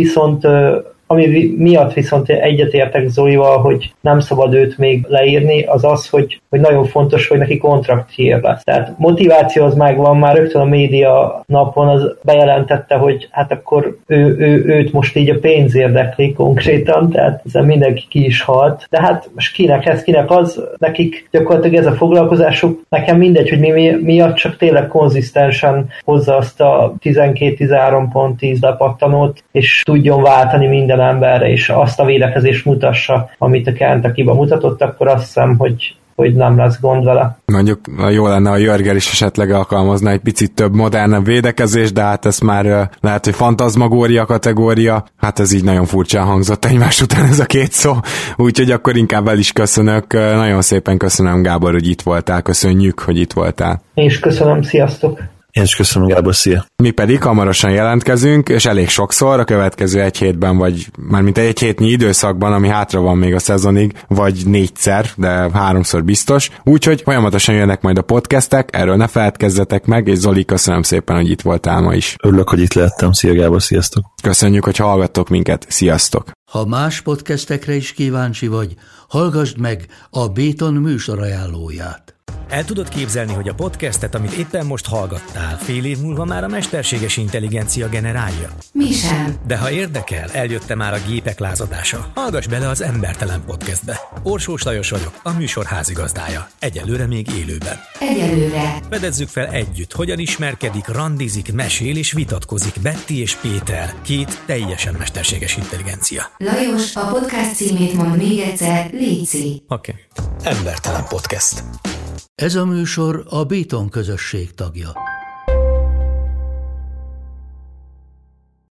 Ami miatt viszont egyetértek Zolival, hogy nem szabad őt még leírni, az, hogy nagyon fontos, hogy neki kontraktjér lesz. Tehát motiváció az megvan, már rögtön a média napon az bejelentette, hogy hát akkor őt most így a pénz érdekli konkrétan, tehát ezen mindenki ki is halt. De hát most kinek az, nekik gyakorlatilag ez a foglalkozásuk, nekem mindegy, hogy mi miatt, csak tényleg konzisztensen hozza azt a 12-13 pont 10 lepattanót, és tudjon váltani minden emberre, és azt a védekezést mutassa, amit a Kentucky-ban mutatott, akkor azt hiszem, hogy hogy nem lesz gond vele. Mondjuk jó lenne, a Jörger is esetleg alkalmazna egy picit több modernebb védekezés, de hát ez már lehet, hogy fantazmagória kategória, hát ez így nagyon furcsán hangzott egymás után ez a két szó, úgyhogy akkor inkább el is köszönök. Nagyon szépen köszönöm, Gábor, hogy itt voltál, köszönjük, hogy itt voltál. Én is köszönöm, sziasztok! Én is köszönöm, Gábor, szia! Mi pedig hamarosan jelentkezünk, és elég sokszor a következő egy hétben, vagy mármint egy hétnyi időszakban, ami hátra van még a szezonig, vagy 4-szer, de 3-szor biztos. Úgyhogy folyamatosan jönnek majd a podcastek, erről ne feledkezzetek meg, és Zoli, köszönöm szépen, hogy itt voltál ma is. Örülök, hogy itt lehettem. Szia, Gábor, sziasztok! Köszönjük, hogy hallgattok minket, sziasztok! Ha más podcastekre is kíváncsi vagy, hallgassd meg a Béton műsor ajánlóját. El tudod képzelni, hogy a podcastet, amit éppen most hallgattál, fél év múlva már a mesterséges intelligencia generálja? Mi sem. De ha érdekel, eljött már a gépek lázadása. Hallgass bele az Embertelen Podcastbe. Orsós Lajos vagyok, a műsor házigazdája. Egyelőre még élőben. Egyelőre. Fedezzük fel együtt, hogyan ismerkedik, randizik, mesél és vitatkozik Betty és Péter, két teljesen mesterséges intelligencia. Lajos, a podcast címét mond még egyszer, léci. Oké. Embertelen Podcast. Ez a műsor a Béton közösség tagja.